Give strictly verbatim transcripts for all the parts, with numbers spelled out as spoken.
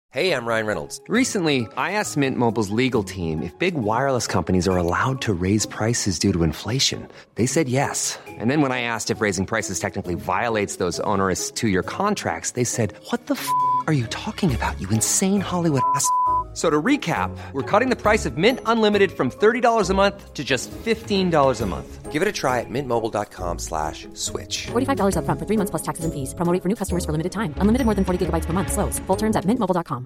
Hey, I'm Ryan Reynolds. Recently, I asked Mint Mobile's legal team if big wireless companies are allowed to raise prices due to inflation. They said yes. And then when I asked if raising prices technically violates those onerous two-year contracts, they said, "What the f*** are you talking about, you insane Hollywood ass f- So to recap, we're cutting the price of Mint Unlimited from thirty dollars a month to just fifteen dollars a month. Give it a try at mintmobile.com slash switch. forty-five dollars up front for three months plus taxes and fees. Promo rate for new customers for limited time. Unlimited more than forty gigabytes per month. Slows full terms at mint mobile dot com.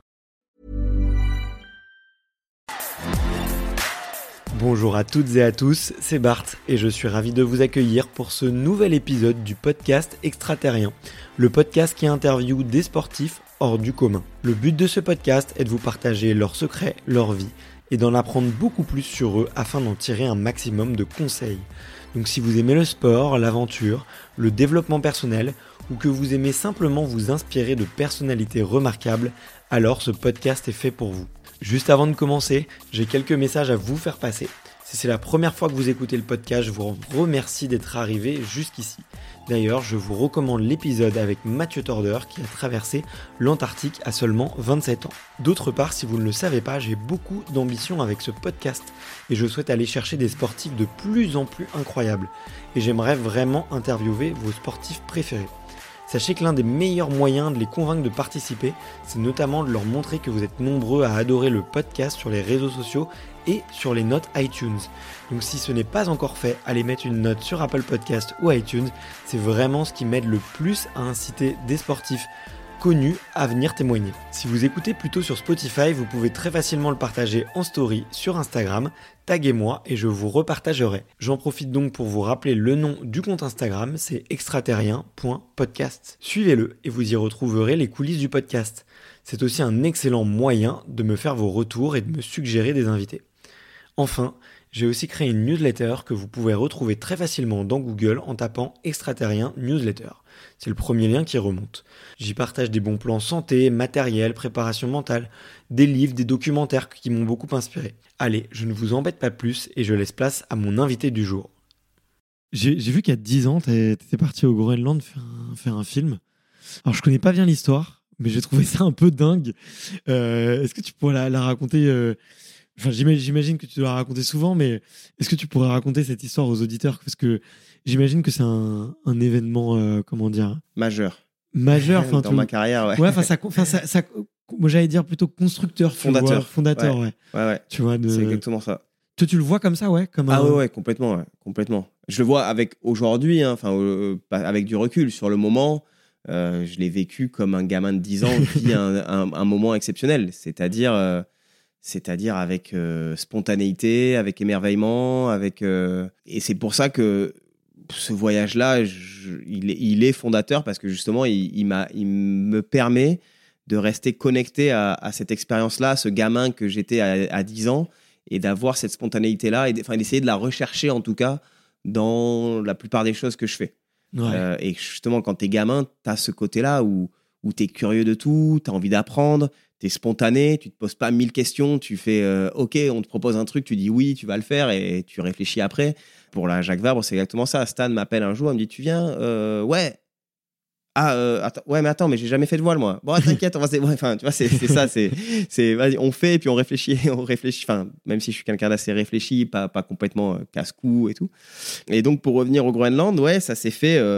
Bonjour à toutes et à tous, c'est Bart et je suis ravi de vous accueillir pour ce nouvel épisode du podcast Extraterrien, le podcast qui interviewe des sportifs hors du commun. Le but de ce podcast est de vous partager leurs secrets, leur vie et d'en apprendre beaucoup plus sur eux afin d'en tirer un maximum de conseils. Donc si vous aimez le sport, l'aventure, le développement personnel ou que vous aimez simplement vous inspirer de personnalités remarquables, alors ce podcast est fait pour vous. Juste avant de commencer, j'ai quelques messages à vous faire passer. Si c'est la première fois que vous écoutez le podcast, je vous remercie d'être arrivé jusqu'ici. D'ailleurs, je vous recommande l'épisode avec Mathieu Torder qui a traversé l'Antarctique à seulement vingt-sept ans. D'autre part, si vous ne le savez pas, j'ai beaucoup d'ambition avec ce podcast et je souhaite aller chercher des sportifs de plus en plus incroyables. Et j'aimerais vraiment interviewer vos sportifs préférés. Sachez que l'un des meilleurs moyens de les convaincre de participer, c'est notamment de leur montrer que vous êtes nombreux à adorer le podcast sur les réseaux sociaux et sur les notes iTunes. Donc si ce n'est pas encore fait, allez mettre une note sur Apple Podcast ou iTunes, c'est vraiment ce qui m'aide le plus à inciter des sportifs connus à venir témoigner. Si vous écoutez plutôt sur Spotify, vous pouvez très facilement le partager en story sur Instagram, taguez-moi et je vous repartagerai. J'en profite donc pour vous rappeler le nom du compte Instagram, c'est extraterrien point podcast. Suivez-le et vous y retrouverez les coulisses du podcast. C'est aussi un excellent moyen de me faire vos retours et de me suggérer des invités. Enfin, j'ai aussi créé une newsletter que vous pouvez retrouver très facilement dans Google en tapant Extraterrien Newsletter. C'est le premier lien qui remonte. J'y partage des bons plans santé, matériel, préparation mentale, des livres, des documentaires qui m'ont beaucoup inspiré. Allez, je ne vous embête pas plus et je laisse place à mon invité du jour. J'ai, j'ai vu qu'il y a dix ans, t'étais parti au Groenland faire un, faire un film. Alors je connais pas bien l'histoire, mais j'ai trouvé ça un peu dingue. Euh, est-ce que tu pourrais la, la raconter euh... Enfin, j'imagine, j'imagine que tu dois la raconter souvent, mais est-ce que tu pourrais raconter cette histoire aux auditeurs ? Parce que j'imagine que c'est un, un événement, euh, comment dire ? Majeur. Majeur. Enfin, dans tout... ma carrière, ouais. Ouais, enfin, ça, enfin, ça, ça, moi, j'allais dire plutôt constructeur. Fondateur. Vois, fondateur, ouais. Ouais, ouais. ouais. Tu vois, de... C'est exactement ça. Toi, tu le vois comme ça, ouais comme Ah un... ouais, ouais, complètement, ouais, complètement. Je le vois avec aujourd'hui, enfin, hein, euh, avec du recul. Sur le moment, euh, je l'ai vécu comme un gamin de dix ans qui vit un, un, un moment exceptionnel. C'est-à-dire... Euh, c'est-à-dire avec euh, spontanéité, avec émerveillement, avec euh... et c'est pour ça que ce voyage-là, je, il, est, il est fondateur parce que justement, il, il, m'a, il me permet de rester connecté à, à cette expérience-là, à ce gamin que j'étais à, à dix ans, et d'avoir cette spontanéité-là, et enfin, d'essayer de la rechercher en tout cas dans la plupart des choses que je fais. Ouais. Euh, et justement, quand t'es gamin, t'as ce côté-là où, où t'es curieux de tout, t'as envie d'apprendre, t'es spontané, tu te poses pas mille questions, tu fais euh, ok, on te propose un truc, tu dis oui, tu vas le faire et tu réfléchis après. Pour la Jacques Vabre, c'est exactement ça. Stan m'appelle un jour, il me dit tu viens, euh, ouais. Ah euh, attends, ouais mais attends, mais j'ai jamais fait de voile moi. Bon t'inquiète, on va, c'est, ouais, enfin tu vois c'est, c'est ça, c'est, c'est, vas-y, on fait et puis on réfléchit, on réfléchit. Enfin même si je suis quelqu'un d'assez réfléchi, pas pas complètement euh, casse-cou et tout. Et donc pour revenir au Groenland, ouais ça s'est fait. Euh,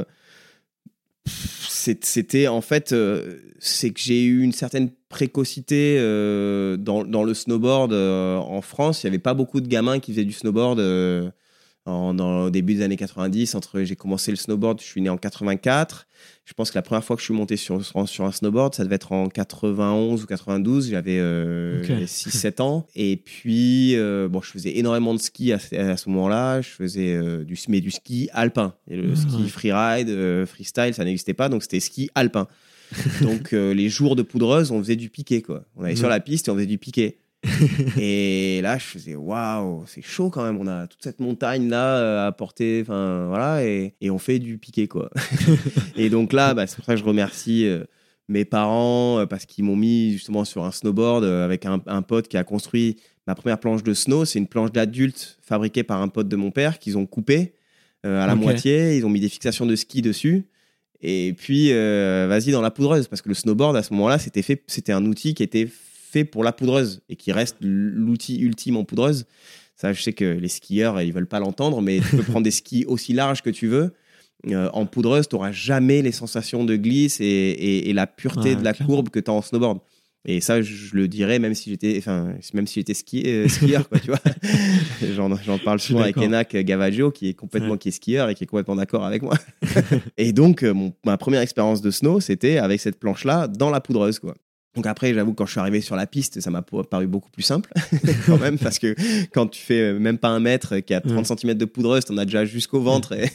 C'était en fait, euh, c'est que j'ai eu une certaine précocité euh, dans, dans le snowboard euh, en France. Il n'y avait pas beaucoup de gamins qui faisaient du snowboard euh, en, dans, au début des années quatre-vingt-dix. Entre, j'ai commencé le snowboard, je suis né en quatre-vingt-quatre. Je pense que la première fois que je suis monté sur, sur un snowboard, ça devait être en quatre-vingt-onze ou quatre-vingt-douze. J'avais euh, okay. six sept ans. Et puis, euh, bon, je faisais énormément de ski à, à ce moment-là. Je faisais euh, du, mais du ski alpin. Et le mmh, ski ouais. freeride, euh, freestyle, ça n'existait pas. Donc, c'était ski alpin. Donc, euh, les jours de poudreuse, on faisait du piqué, quoi. On allait mmh. sur la piste et on faisait du piqué. Et là, je faisais waouh, c'est chaud quand même. On a toute cette montagne là à porter, enfin voilà, et, et on fait du piqué quoi. Et donc là, bah, c'est pour ça que je remercie euh, mes parents euh, parce qu'ils m'ont mis justement sur un snowboard euh, avec un, un pote qui a construit ma première planche de snow. C'est une planche d'adulte fabriquée par un pote de mon père qu'ils ont coupée euh, à la okay. moitié. Ils ont mis des fixations de ski dessus. Et puis, euh, vas-y dans la poudreuse, parce que le snowboard, à ce moment-là, c'était, fait, c'était un outil qui était fait pour la poudreuse et qui reste l'outil ultime en poudreuse. Ça, je sais que les skieurs, ils veulent pas l'entendre, mais tu peux prendre des skis aussi larges que tu veux. Euh, en poudreuse, tu n'auras jamais les sensations de glisse et, et, et la pureté Ouais, de la clair. courbe que tu as en snowboard. Et ça, je le dirais même si j'étais, enfin, même si j'étais ski, euh, skieur, quoi, tu vois. J'en, j'en parle souvent avec Enak Gavaggio, qui est complètement Ouais. qui est skieur et qui est complètement d'accord avec moi. Et donc, euh, mon, ma première expérience de snow, c'était avec cette planche-là dans la poudreuse, quoi. Donc après, j'avoue, quand je suis arrivé sur la piste, ça m'a paru beaucoup plus simple, quand même, parce que quand tu fais même pas un mètre, qui a trente Ouais. centimètres de poudreuse, t'en as déjà jusqu'au ventre. Et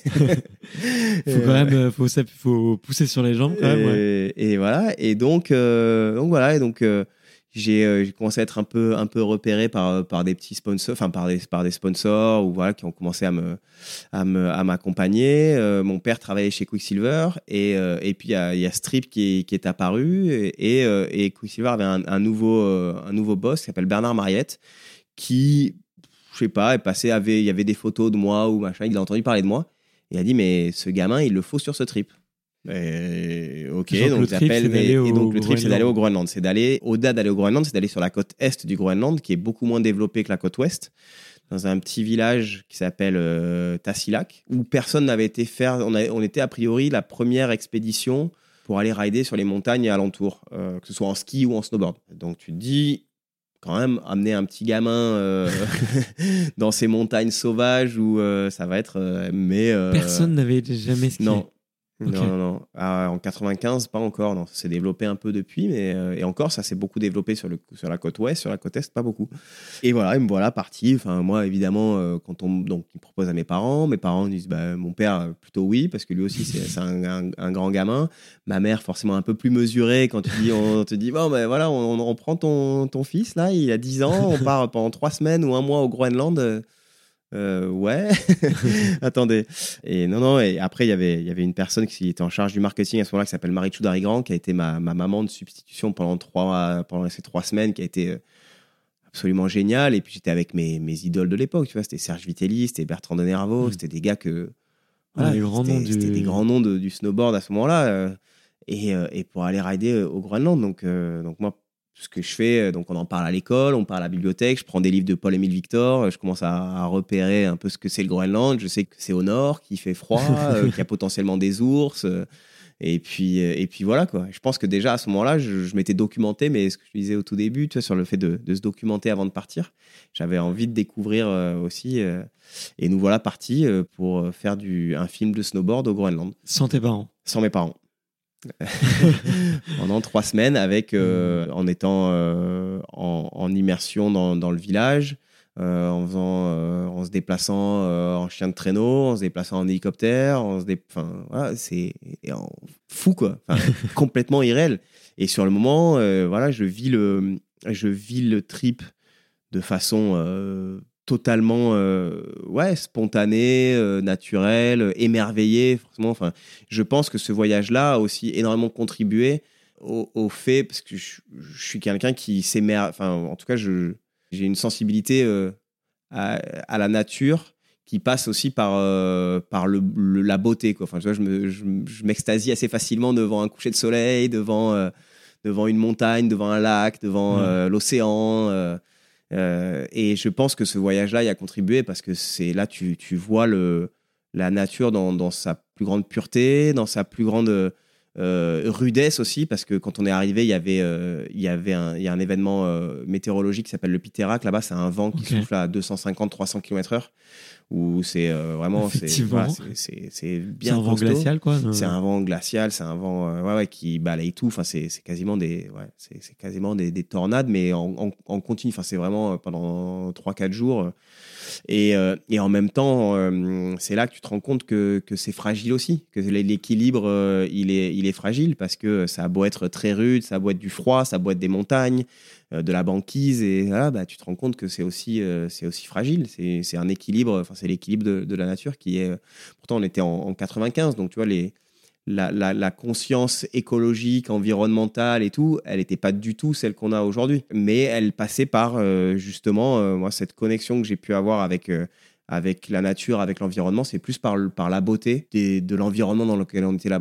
Faut quand même euh, faut, ça- faut pousser sur les jambes quand même. Ouais. et, et voilà. Et donc, euh, donc voilà. Et donc, euh, j'ai, euh, j'ai commencé à être un peu, un peu repéré par, par des petits sponsors, enfin par des, par des sponsors ou voilà qui ont commencé à me, à me, à m'accompagner. Euh, mon père travaillait chez Quicksilver et, euh, et puis il y a, y a Strip qui est, qui est apparu et, et, euh, et Quicksilver avait un, un nouveau, euh, un nouveau boss qui s'appelle Bernard Mariette qui, je sais pas, est passé, avait, il y avait des photos de moi ou machin. Il a entendu parler de moi. Et il a dit, mais ce gamin, il le faut sur ce trip. Et, ok, Genre que donc le trip, j'appelle, c'est mais, d'aller et au donc le trip, c'est d'aller au Groenland. Groenland. C'est d'aller, au-delà d'aller au Groenland, c'est d'aller sur la côte est du Groenland, qui est beaucoup moins développée que la côte ouest, dans un petit village qui s'appelle euh, Tassilak, où personne n'avait été faire. On, a, on était a priori la première expédition pour aller rider sur les montagnes alentours, euh, que ce soit en ski ou en snowboard. Donc tu te dis, quand même, amener un petit gamin euh, dans ces montagnes sauvages où euh, ça va être. Euh, mais euh, Personne n'avait jamais skié. non. Ok. Non, non, non. Ah, en quatre-vingt-quinze, pas encore. Non, ça s'est développé un peu depuis, mais euh, et encore, ça s'est beaucoup développé sur, le, sur la côte ouest, sur la côte est, pas beaucoup. Et voilà, et me voilà parti. Enfin, moi, évidemment, euh, quand on donc, il propose à mes parents, mes parents disent, bah, mon père, euh, plutôt oui, parce que lui aussi, c'est, c'est un, un, un grand gamin. Ma mère, forcément, un peu plus mesurée quand tu dis, on te dit, bon, ben voilà, on, on prend ton, ton fils, là, il a dix ans, on part pendant trois semaines ou un mois au Groenland. Euh, Euh, ouais, attendez. Et non, non. Et après, il y avait, il y avait une personne qui était en charge du marketing à ce moment-là, qui s'appelle Marie Choudarigrand, qui a été ma, ma maman de substitution pendant trois, pendant ces trois semaines, qui a été absolument géniale. Et puis j'étais avec mes, mes idoles de l'époque, tu vois. C'était Serge Vitelli, c'était Bertrand de Nervo, mmh. C'était des gars que, voilà, les grands c'était, noms du... c'était des grands noms de, du snowboard à ce moment-là. Euh, et, euh, et pour aller rider au Groenland, donc, euh, donc moi. Ce que je fais, donc on en parle à l'école, on parle à la bibliothèque, je prends des livres de Paul-Émile Victor, je commence à, à repérer un peu ce que c'est le Groenland, je sais que c'est au nord, qu'il fait froid, euh, qu'il y a potentiellement des ours, euh, et, puis, et puis voilà quoi. Je pense que déjà à ce moment-là, je, je m'étais documenté, mais ce que je disais au tout début, tu vois, sur le fait de, de se documenter avant de partir, j'avais envie de découvrir euh, aussi, euh, et nous voilà partis euh, pour faire du, un film de snowboard au Groenland. Sans tes parents? Sans mes parents. Pendant trois semaines avec euh, en étant euh, en, en immersion dans, dans le village euh, en faisant euh, en se déplaçant euh, en chien de traîneau, en se déplaçant en hélicoptère, en se dé... enfin voilà, c'est en... fou quoi, enfin, complètement irréel. Et sur le moment euh, voilà, je vis le je vis le trip de façon euh, totalement euh, ouais, spontané, euh, naturel, euh, émerveillé. Forcément, enfin, je pense que ce voyage-là a aussi énormément contribué au, au fait, parce que je, je suis quelqu'un qui s'émerveille, enfin, en tout cas, je, j'ai une sensibilité euh, à, à la nature qui passe aussi par, euh, par le, le, la beauté, quoi. Enfin, tu vois, je, me, je, je m'extasie assez facilement devant un coucher de soleil, devant, euh, devant une montagne, devant un lac, devant mmh. euh, l'océan. Euh, Euh, et je pense que ce voyage-là y a contribué parce que c'est là tu tu vois le la nature dans dans sa plus grande pureté, dans sa plus grande euh, rudesse aussi, parce que quand on est arrivé, il y avait euh, il y avait un il y a un événement euh, météorologique qui s'appelle le Pittérac. Là-bas, c'est un vent qui okay. souffle à deux cent cinquante à trois cents kilomètres heure. Où c'est euh, vraiment c'est, voilà, c'est, c'est, c'est bien c'est un vent costaud. glacial quoi. Non. C'est un vent glacial, c'est un vent euh, ouais, ouais, qui balaye tout. Enfin c'est, c'est quasiment des ouais, c'est, c'est quasiment des, des tornades, mais en, en, en continu. Enfin c'est vraiment pendant trois quatre jours. Et, euh, et en même temps, euh, c'est là que tu te rends compte que, que c'est fragile aussi, que l'équilibre euh, il est il est fragile parce que ça a beau être très rude, ça a beau être du froid, ça a beau être des montagnes, de la banquise, et voilà, bah, tu te rends compte que c'est aussi, euh, c'est aussi fragile. C'est, c'est un équilibre, enfin, c'est l'équilibre de, de la nature qui est. Pourtant, on était en, en quatre-vingt-quinze, donc tu vois, les, la, la, la conscience écologique, environnementale et tout, elle n'était pas du tout celle qu'on a aujourd'hui. Mais elle passait par, euh, justement, euh, moi, cette connexion que j'ai pu avoir avec. Euh, avec la nature, avec l'environnement, c'est plus par, par la beauté des, de l'environnement dans lequel on était là-bas, quoi.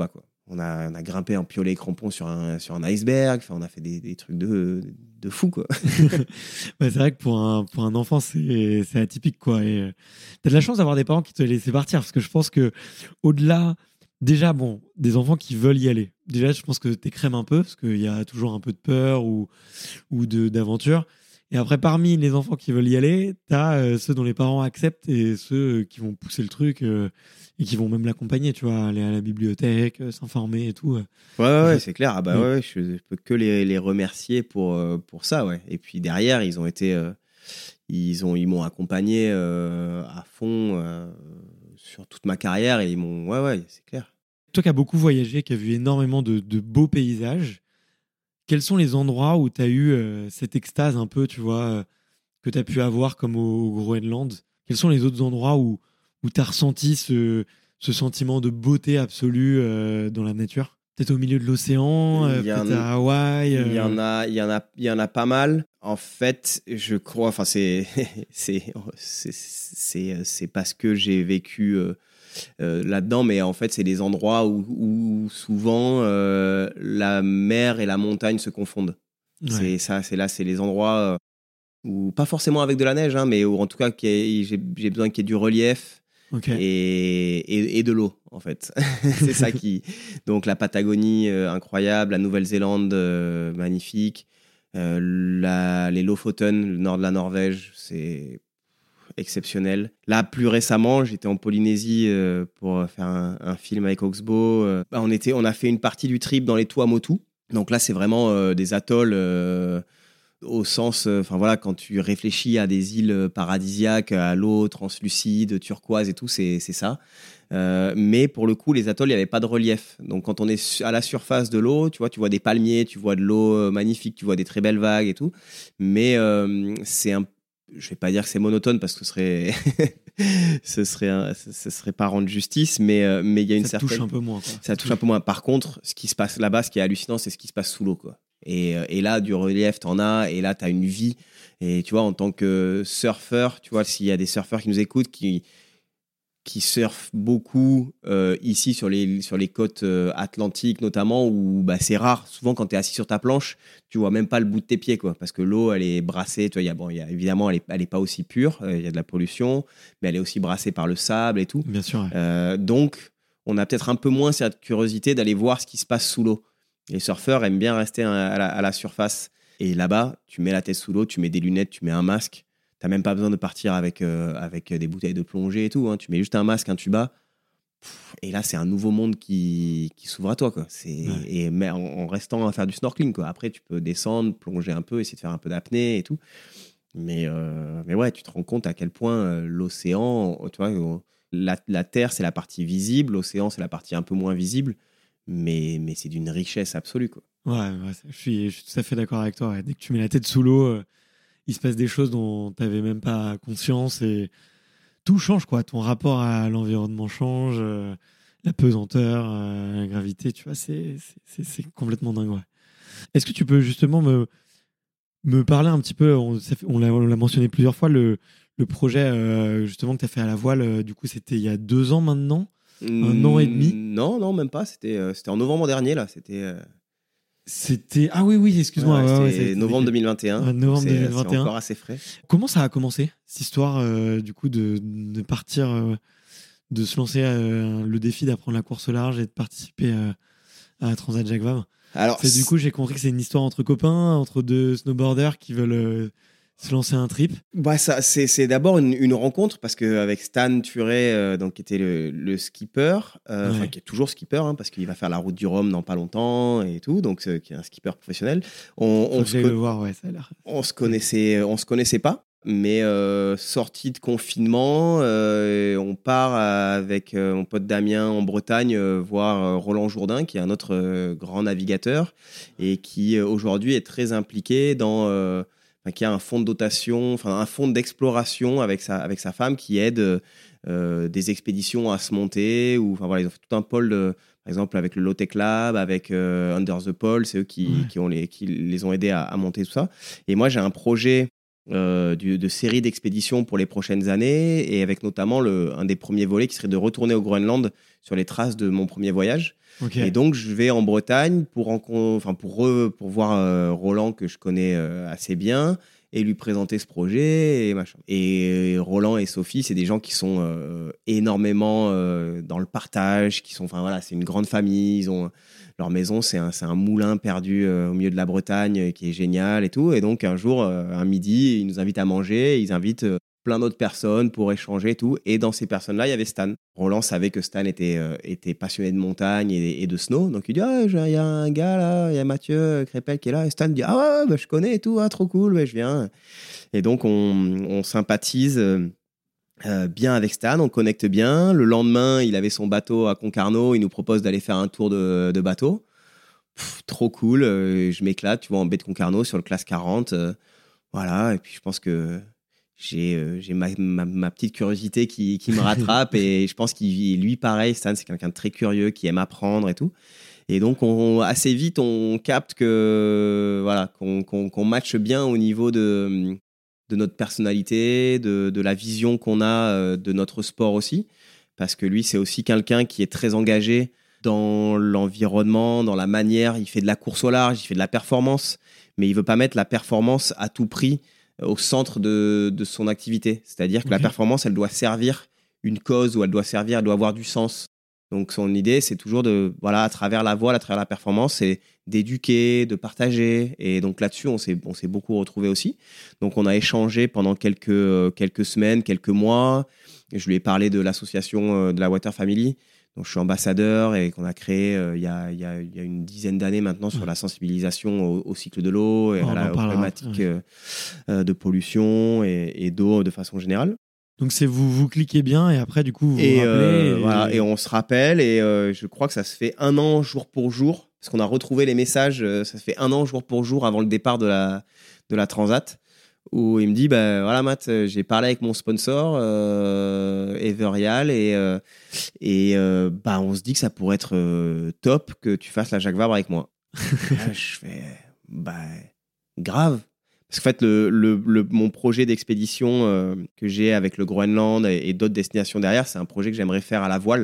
on a, on a grimpé en piolet et crampons sur un, sur un iceberg. Enfin, on a fait des, des trucs de, de fou, quoi. Ouais, c'est vrai que pour un, pour un enfant, c'est, c'est atypique, quoi. Et euh, t'as de la chance d'avoir des parents qui te laissent partir, parce que je pense que au-delà, déjà, bon, des enfants qui veulent y aller. Déjà, je pense que t'écrèmes un peu, parce qu'il y a toujours un peu de peur ou, ou de, d'aventure. Et après, parmi les enfants qui veulent y aller, t'as euh, ceux dont les parents acceptent et ceux euh, qui vont pousser le truc euh, et qui vont même l'accompagner, tu vois, aller à la bibliothèque, euh, s'informer et tout. Euh. Ouais, ouais, ouais, c'est clair. Ah bah Ouais. ouais, ouais, je, je peux que les, les remercier pour, euh, pour ça, ouais. Et puis derrière, ils ont été, euh, ils ont, ils m'ont accompagné euh, à fond euh, sur toute ma carrière et ils m'ont, ouais, ouais, c'est clair. Toi qui as beaucoup voyagé, qui as vu énormément de, de beaux paysages, quels sont les endroits où tu as eu euh, cette extase un peu, tu vois, euh, que tu as pu avoir comme au, au Groenland? Quels sont les autres endroits où, où tu as ressenti ce, ce sentiment de beauté absolue euh, dans la nature? Peut-être au milieu de l'océan, euh, Il y en peut-être à Hawaï. Il y euh. en a, il y en a, il y en a pas mal. En fait, je crois, enfin, c'est, c'est, c'est, c'est, c'est parce que j'ai vécu euh, euh, là-dedans, mais en fait, c'est des endroits où, où souvent euh, la mer et la montagne se confondent. Ouais. C'est ça, c'est là, c'est les endroits euh, où, pas forcément avec de la neige, hein, mais où en tout cas, qu'il y ait- j'ai, j'ai besoin qu'il y ait du relief. Ok. Et, et, et de l'eau, en fait. C'est ça qui. Donc, la Patagonie, euh, incroyable. La Nouvelle-Zélande, euh, magnifique. Euh, la, les Lofoten, le nord de la Norvège, c'est exceptionnel. Là, plus récemment, j'étais en Polynésie euh, pour faire un, un film avec Oxbow. Euh, bah, on, était, on a fait une partie du trip dans les Tuamotu. Donc là, c'est vraiment euh, des atolls. Euh, au sens, enfin euh, voilà, quand tu réfléchis à des îles paradisiaques, à l'eau translucide, turquoise et tout, c'est, c'est ça. Euh, mais pour le coup, les atolls, il n'y avait pas de relief. Donc quand on est à la surface de l'eau, tu vois, tu vois des palmiers, tu vois de l'eau magnifique, tu vois des très belles vagues et tout. Mais euh, c'est un, je vais pas dire que c'est monotone parce que ce serait, ce serait, un, ce serait pas rendre justice, mais euh, mais il y a une ça certaine, touche un peu moins, quoi. ça touche un peu moins. Par contre, ce qui se passe là-bas, ce qui est hallucinant, c'est ce qui se passe sous l'eau, quoi. Et, et là, du relief, t'en as, et là, t'as une vie. Et tu vois, en tant que surfeur, tu vois, s'il y a des surfeurs qui nous écoutent, qui, qui surfent beaucoup euh, ici sur les, sur les côtes euh, atlantiques, notamment, où bah, c'est rare. Souvent, quand t'es assis sur ta planche, tu vois même pas le bout de tes pieds, quoi, parce que l'eau, elle est brassée. Tu vois, y a, bon, y a, évidemment, elle est, elle est pas aussi pure. Il euh, y a de la pollution, mais elle est aussi brassée par le sable et tout. Bien sûr. Ouais. Euh, donc, on a peut-être un peu moins cette curiosité d'aller voir ce qui se passe sous l'eau. Les surfeurs aiment bien rester à la, à la surface. Et là-bas, tu mets la tête sous l'eau, tu mets des lunettes, tu mets un masque. Tu n'as même pas besoin de partir avec, euh, avec des bouteilles de plongée et tout. Hein. Tu mets juste un masque, un tuba. Et là, c'est un nouveau monde qui, qui s'ouvre à toi, quoi. C'est, ouais. Et mais en, en restant à faire du snorkeling, quoi. Après, tu peux descendre, plonger un peu, essayer de faire un peu d'apnée et tout. Mais, euh, mais ouais, tu te rends compte à quel point euh, l'océan, tu vois, la, la terre, c'est la partie visible. L'océan, c'est la partie un peu moins visible. Mais, mais c'est d'une richesse absolue, quoi. Ouais, ouais je, suis, je suis tout à fait d'accord avec toi. Ouais. Dès que tu mets la tête sous l'eau, euh, il se passe des choses dont tu n'avais même pas conscience et tout change, quoi. Ton rapport à l'environnement change, euh, la pesanteur, euh, la gravité, tu vois, c'est, c'est, c'est complètement dingue. Ouais. Est-ce que tu peux justement me, me parler un petit peu, on, ça fait, on, l'a, on l'a mentionné plusieurs fois, le, le projet euh, justement que tu as fait à la voile, euh, du coup, c'était il y a deux ans maintenant. Un an et demi? Non, non, même pas. C'était, euh, c'était en novembre dernier, là. C'était. Euh... C'était. Ah oui, oui, excuse-moi. Ouais, ouais, c'était ouais, c'était novembre deux mille vingt et un. Ouais, novembre c'est, deux mille vingt et un. c'est encore assez frais. Comment ça a commencé, cette histoire, euh, du coup, de, de partir, euh, de se lancer euh, le défi d'apprendre la course au large et de participer euh, à Transat Jacques Vabre? Alors, c'est, du coup, j'ai compris que c'est une histoire entre copains, entre deux snowboarders qui veulent. Euh, se lancer un trip? Bah ça, c'est, c'est d'abord une, une rencontre parce qu'avec Stan Turet, euh, donc, qui était le, le skipper, euh, ouais. qui est toujours skipper, hein, parce qu'il va faire la route du Rhum dans pas longtemps et tout, donc euh, qui est un skipper professionnel. On, on, se, con... le voir, ouais, ça a l'air... on, se, connaissait, on se connaissait pas, mais euh, sorti de confinement, euh, on part avec euh, mon pote Damien en Bretagne euh, voir euh, Roland Jourdain, qui est un autre euh, grand navigateur et qui euh, aujourd'hui est très impliqué dans... Euh, Enfin, qui a un fonds de dotation, enfin un fonds d'exploration avec sa avec sa femme qui aide euh, des expéditions à se monter, ou enfin voilà, ils ont fait tout un pôle de, par exemple avec le Low-Tech Lab, avec euh, Under the Pole, c'est eux qui, ouais. qui ont les qui les ont aidés à, à monter tout ça. Et moi j'ai un projet euh, du, de séries d'expéditions pour les prochaines années, et avec notamment le, un des premiers volets qui serait de retourner au Groenland sur les traces de mon premier voyage. Okay. Et donc, je vais en Bretagne pour, rencon- enfin, pour, re- pour voir euh, Roland, que je connais euh, assez bien, et lui présenter ce projet et machin. Et Roland et Sophie, c'est des gens qui sont euh, énormément euh, dans le partage, qui sont, enfin voilà, c'est une grande famille. Ils ont leur maison, c'est un, c'est un moulin perdu euh, au milieu de la Bretagne euh, qui est génial et tout. Et donc un jour, euh, un midi, ils nous invitent à manger. Ils invitent euh, plein d'autres personnes pour échanger et tout. Et dans ces personnes-là, il y avait Stan. Roland savait que Stan était, euh, était passionné de montagne et, et de snow. Donc il dit, ah, il y a un gars là, il y a Mathieu Crépel qui est là. Et Stan dit, ah ouais, bah, je connais et tout, ah, trop cool, bah, je viens. Et donc on, on sympathise euh, euh, bien avec Stan, on connecte bien. Le lendemain, il avait son bateau à Concarneau. Il nous propose d'aller faire un tour de, de bateau. Pff, trop cool, euh, je m'éclate, tu vois, en baie de Concarneau sur le classe quarante. Euh, voilà, et puis je pense que j'ai, euh, j'ai ma, ma, ma petite curiosité qui, qui me rattrape et je pense qu'il lui pareil, Stan c'est quelqu'un de très curieux qui aime apprendre et tout, et donc on, assez vite on capte que voilà qu'on, qu'on, qu'on matche bien au niveau de, de notre personnalité, de, de la vision qu'on a de notre sport aussi, parce que lui c'est aussi quelqu'un qui est très engagé dans l'environnement, dans la manière, il fait de la course au large, il fait de la performance, mais il veut pas mettre la performance à tout prix au centre de, de son activité. C'est-à-dire que okay. la performance, elle doit servir une cause, ou elle doit servir, elle doit avoir du sens. Donc son idée, c'est toujours de, voilà, à travers la voile, à travers la performance, c'est d'éduquer, de partager. Et donc là-dessus, on s'est, on s'est beaucoup retrouvés aussi. Donc on a échangé pendant quelques, quelques semaines, quelques mois. Je lui ai parlé de l'association de la Water Family, dont je suis ambassadeur et qu'on a créé euh, il, y a, il, y a, il y a une dizaine d'années maintenant sur ouais. la sensibilisation au, au cycle de l'eau et oh, à la, aux problématiques ouais. euh, de pollution et, et d'eau de façon générale. Donc c'est vous vous cliquez bien et après du coup vous et, vous rappelez euh, et... Voilà, et on se rappelle et euh, je crois que ça se fait un an jour pour jour parce qu'on a retrouvé les messages, euh, ça se fait un an jour pour jour avant le départ de la, de la Transat, où il me dit bah voilà Matt, j'ai parlé avec mon sponsor euh, Everial et euh, et euh, bah on se dit que ça pourrait être euh, top que tu fasses la Jacques Vabre avec moi. Là, je fais bah grave, parce qu'en fait le, le, le mon projet d'expédition euh, que j'ai avec le Groenland et, et d'autres destinations derrière, c'est un projet que j'aimerais faire à la voile.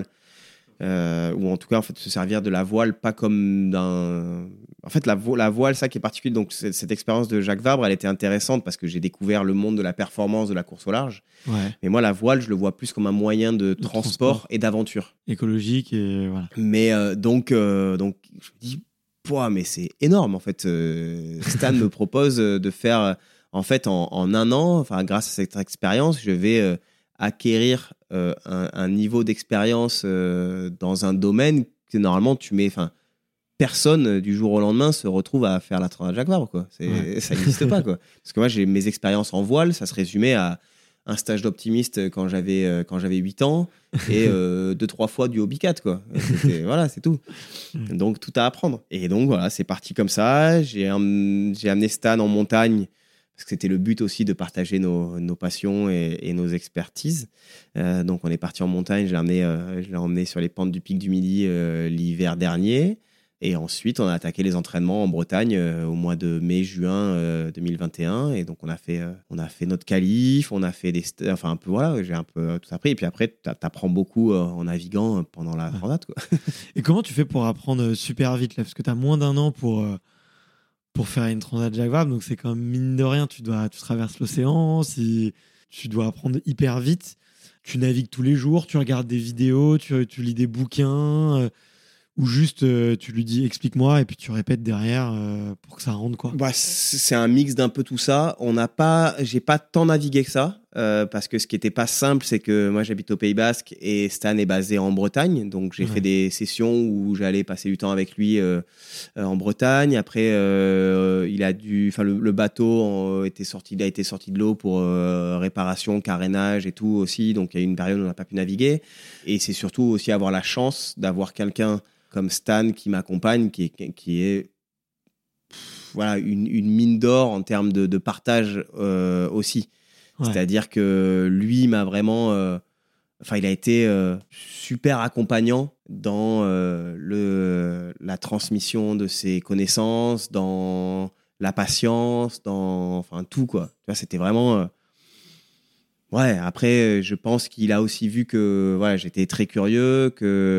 Euh, ou en tout cas en fait se servir de la voile pas comme d'un en fait la, vo- la voile, ça qui est particulier, donc c'est, cette expérience de Jacques Vabre elle était intéressante parce que j'ai découvert le monde de la performance, de la course au large, ouais. mais moi la voile je le vois plus comme un moyen de, de transport, transport et d'aventure écologique et voilà. Mais euh, donc euh, donc je me dis pouah, mais c'est énorme en fait. euh, Stan me propose de faire en fait en, en un an, enfin grâce à cette expérience je vais euh, acquérir euh, un, un niveau d'expérience euh, dans un domaine que normalement tu mets, enfin personne euh, du jour au lendemain se retrouve à faire la Transat Jacques Vabre, quoi. C'est, ouais. Ça n'existe pas, quoi. Parce que moi j'ai mes expériences en voile, ça se résumait à un stage d'optimiste quand j'avais euh, quand j'avais huit ans et euh, deux trois fois du hobby cat, quoi. C'était, voilà, c'est tout. Donc tout à apprendre. Et donc voilà, c'est parti comme ça. J'ai um, j'ai amené Stan en montagne parce que c'était le but aussi de partager nos, nos passions et, et nos expertises. Euh, donc on est parti en montagne, je l'ai emmené, euh, je l'ai emmené sur les pentes du Pic du Midi euh, l'hiver dernier. Et ensuite, on a attaqué les entraînements en Bretagne euh, au mois de mai-juin euh, deux mille vingt et un. Et donc, on a fait, euh, on a fait notre qualif, on a fait des... St- enfin, un peu, voilà, j'ai un peu tout appris. Et puis après, t'apprends beaucoup euh, en naviguant pendant la transat, quoi. Et comment tu fais pour apprendre super vite, là ? Parce que t'as moins d'un an pour... Euh... pour faire une Transat Jacques Vabre, donc c'est quand même mine de rien, tu, dois, tu traverses l'océan, si, tu dois apprendre hyper vite, tu navigues tous les jours, tu regardes des vidéos, tu, tu lis des bouquins, euh, ou juste euh, tu lui dis explique-moi et puis tu répètes derrière euh, pour que ça rentre, quoi. Bah, c'est un mix d'un peu tout ça. On n'a pas, j'ai pas tant navigué que ça. Euh, parce que ce qui était pas simple, c'est que moi j'habite au Pays Basque et Stan est basé en Bretagne, donc j'ai ouais. fait des sessions où j'allais passer du temps avec lui euh, euh, en Bretagne. Après, euh, il a dû, enfin le, le bateau en, était sorti, il a été sorti de l'eau pour euh, réparation, carénage et tout aussi. Donc il y a eu une période où on n'a pas pu naviguer. Et c'est surtout aussi avoir la chance d'avoir quelqu'un comme Stan qui m'accompagne, qui est, qui est pff, voilà une, une mine d'or en termes de, de partage euh, aussi. Ouais. C'est-à-dire que lui m'a vraiment, euh, enfin, il a été euh, super accompagnant dans euh, le, la transmission de ses connaissances, dans la patience, dans enfin tout quoi. Tu vois, c'était vraiment euh... ouais. Après, je pense qu'il a aussi vu que voilà, j'étais très curieux,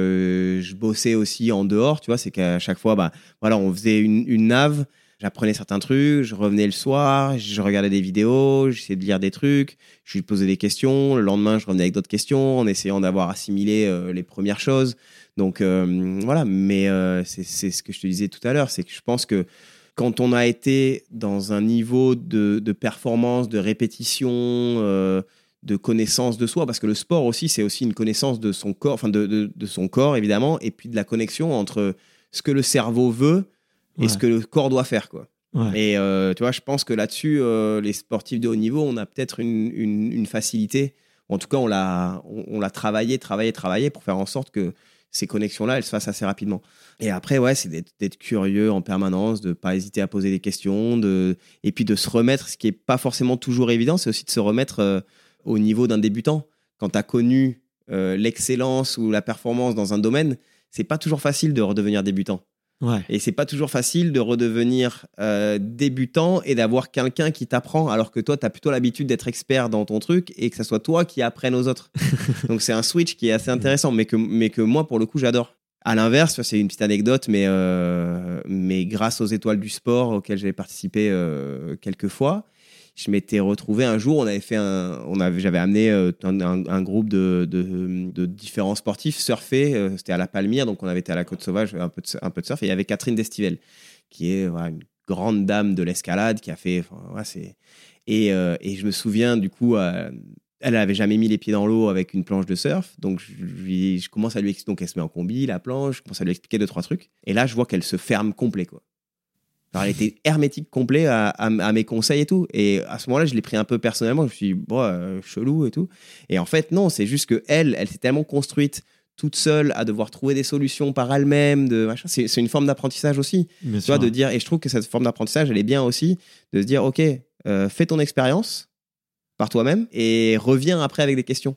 que je bossais aussi en dehors. Tu vois, c'est qu'à chaque fois, bah voilà, on faisait une, une nave. J'apprenais certains trucs, je revenais le soir, je regardais des vidéos, j'essayais de lire des trucs, je lui posais des questions. Le lendemain, je revenais avec d'autres questions en essayant d'avoir assimilé euh, les premières choses. Donc euh, voilà, mais euh, c'est, c'est ce que je te disais tout à l'heure, c'est que je pense que quand on a été dans un niveau de, de performance, de répétition, euh, de connaissance de soi, parce que le sport aussi, c'est aussi une connaissance de son corps, enfin de, de, de son corps évidemment, et puis de la connexion entre ce que le cerveau veut et ouais. ce que le corps doit faire, quoi. Ouais. Et euh, tu vois, je pense que là-dessus, euh, les sportifs de haut niveau, on a peut-être une, une, une facilité. En tout cas, on l'a, on, on l'a travaillé, travaillé, travaillé pour faire en sorte que ces connexions-là, elles se fassent assez rapidement. Et après, ouais, c'est d'être, d'être curieux en permanence, de pas hésiter à poser des questions, de, et puis de se remettre. Ce qui est pas forcément toujours évident, c'est aussi de se remettre euh, au niveau d'un débutant. Quand tu as connu euh, l'excellence ou la performance dans un domaine, c'est pas toujours facile de redevenir débutant. Ouais. Et c'est pas toujours facile de redevenir euh, débutant et d'avoir quelqu'un qui t'apprend alors que toi, tu as plutôt l'habitude d'être expert dans ton truc et que ça soit toi qui apprenne aux autres. Donc c'est un switch qui est assez intéressant, mais que, mais que moi, pour le coup, j'adore. À l'inverse, c'est une petite anecdote, mais, euh, mais grâce aux étoiles du sport auxquelles j'avais participé euh, quelques fois, je m'étais retrouvé un jour, on avait fait un, on avait, j'avais amené euh, un, un, un groupe de, de, de différents sportifs surfer, euh, c'était à la Palmyre, donc on avait été à la Côte Sauvage, un peu de, un peu de surf, et il y avait Catherine Destivelle, qui est voilà, une grande dame de l'escalade, qui a fait, enfin, ouais, c'est, et, euh, et je me souviens du coup, euh, elle n'avait jamais mis les pieds dans l'eau avec une planche de surf, donc je, je, je commence à lui expliquer, donc elle se met en combi, la planche, je commence à lui expliquer deux trois trucs, et là je vois qu'elle se ferme complet, quoi. Alors, elle était hermétique complet à, à, à mes conseils et tout. Et à ce moment-là, je l'ai pris un peu personnellement. Je me suis dit, bon, euh, chelou et tout. Et en fait, non, c'est juste qu'elle, elle s'est tellement construite toute seule à devoir trouver des solutions par elle-même. De, machin. C'est, c'est une forme d'apprentissage aussi. Bien tu sûr. Vois, de dire, et je trouve que cette forme d'apprentissage, elle est bien aussi de se dire, OK, euh, fais ton expérience par toi-même et reviens après avec des questions.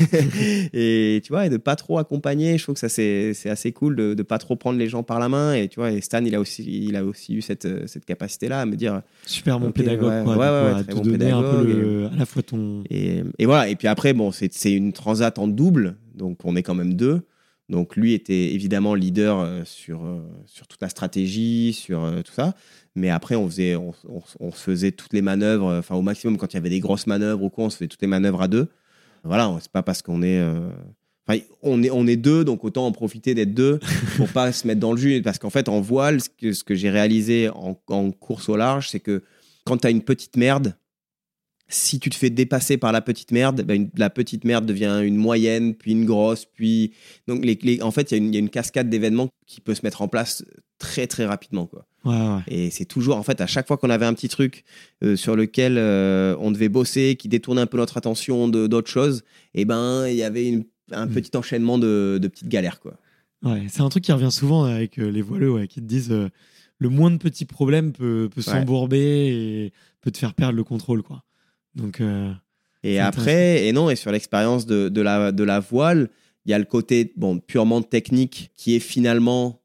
Et tu vois, et de pas trop accompagner, je trouve que ça c'est c'est assez cool de de pas trop prendre les gens par la main. Et tu vois, et Stan il a aussi il a aussi eu cette cette capacité là à me dire super bon okay, pédagogue ouais, quoi, ouais, ouais, à très te bon donner un peu le, et, à la fois ton et et voilà. Et puis après bon, c'est c'est une transat en double, donc on est quand même deux. Donc lui était évidemment leader euh, sur euh, sur toute la stratégie, sur euh, tout ça. Mais après, on faisait, on, on, on faisait toutes les manœuvres, enfin au maximum quand il y avait des grosses manœuvres ou quoi, on se faisait toutes les manœuvres à deux. Voilà, c'est pas parce qu'on est, euh... enfin, on est, on est deux, donc autant en profiter d'être deux pour pas se mettre dans le jus. Parce qu'en fait, en voile, ce que, ce que j'ai réalisé en, en course au large, c'est que quand t'as une petite merde, si tu te fais dépasser par la petite merde, ben une, la petite merde devient une moyenne, puis une grosse, puis donc les, les, en fait, il y, y a une cascade d'événements qui peut se mettre en place très très rapidement, quoi. Ouais, ouais. Et c'est toujours, en fait, à chaque fois qu'on avait un petit truc euh, sur lequel euh, on devait bosser, qui détournait un peu notre attention de, d'autres choses, et ben il y avait une, un mmh. petit enchaînement de, de petites galères, quoi. Ouais, c'est un truc qui revient souvent avec euh, les voileux, ouais, qui te disent euh, le moindre petit problème peut, peut s'embourber ouais. et peut te faire perdre le contrôle, quoi. Donc, euh, et après, et non, et sur l'expérience de, de, la, de la voile, il y a le côté bon, purement technique qui est finalement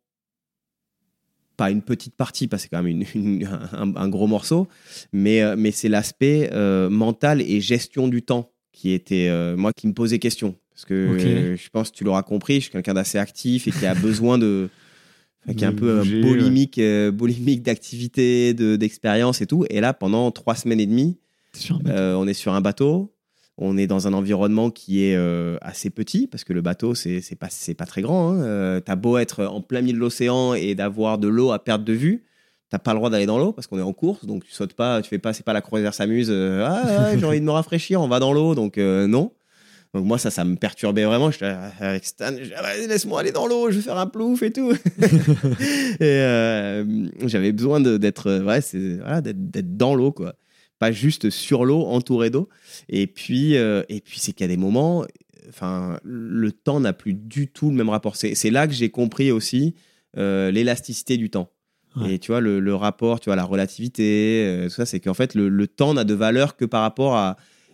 pas une petite partie, parce que c'est quand même une, une, un, un gros morceau, mais, mais c'est l'aspect euh, mental et gestion du temps qui était, euh, moi, qui me posait question. Parce que okay. euh, je pense que tu l'auras compris, je suis quelqu'un d'assez actif et qui a besoin de... Enfin, qui est un peu bouger, boulimique, ouais. euh, boulimique d'activité, de, d'expérience et tout. Et là, pendant trois semaines et demie, euh, on est sur un bateau, on est dans un environnement qui est euh, assez petit, parce que le bateau, c'est, c'est, pas, c'est pas très grand. Hein. Euh, t'as beau être en plein milieu de l'océan et d'avoir de l'eau à perte de vue, t'as pas le droit d'aller dans l'eau, parce qu'on est en course, donc tu sautes pas, tu fais pas, c'est pas la croisière s'amuse, euh, ah, ouais, j'ai envie de me rafraîchir, on va dans l'eau, donc euh, non. Donc moi, ça, ça me perturbait vraiment. J'étais avec Stan, je disais, ah, laisse-moi aller dans l'eau, je vais faire un plouf et tout. Et euh, j'avais besoin de, d'être, ouais, c'est, voilà, d'être, d'être dans l'eau, quoi. Pas juste sur l'eau, entouré d'eau. Et puis, euh, et puis c'est qu'il y a des moments, enfin, le temps n'a plus du tout le même rapport. C'est, c'est là que j'ai compris aussi euh, l'élasticité du temps. Ouais. Et tu vois, le, le rapport, tu vois, la relativité, euh, tout ça, c'est qu'en fait, le, le temps n'a de valeur que par rapport à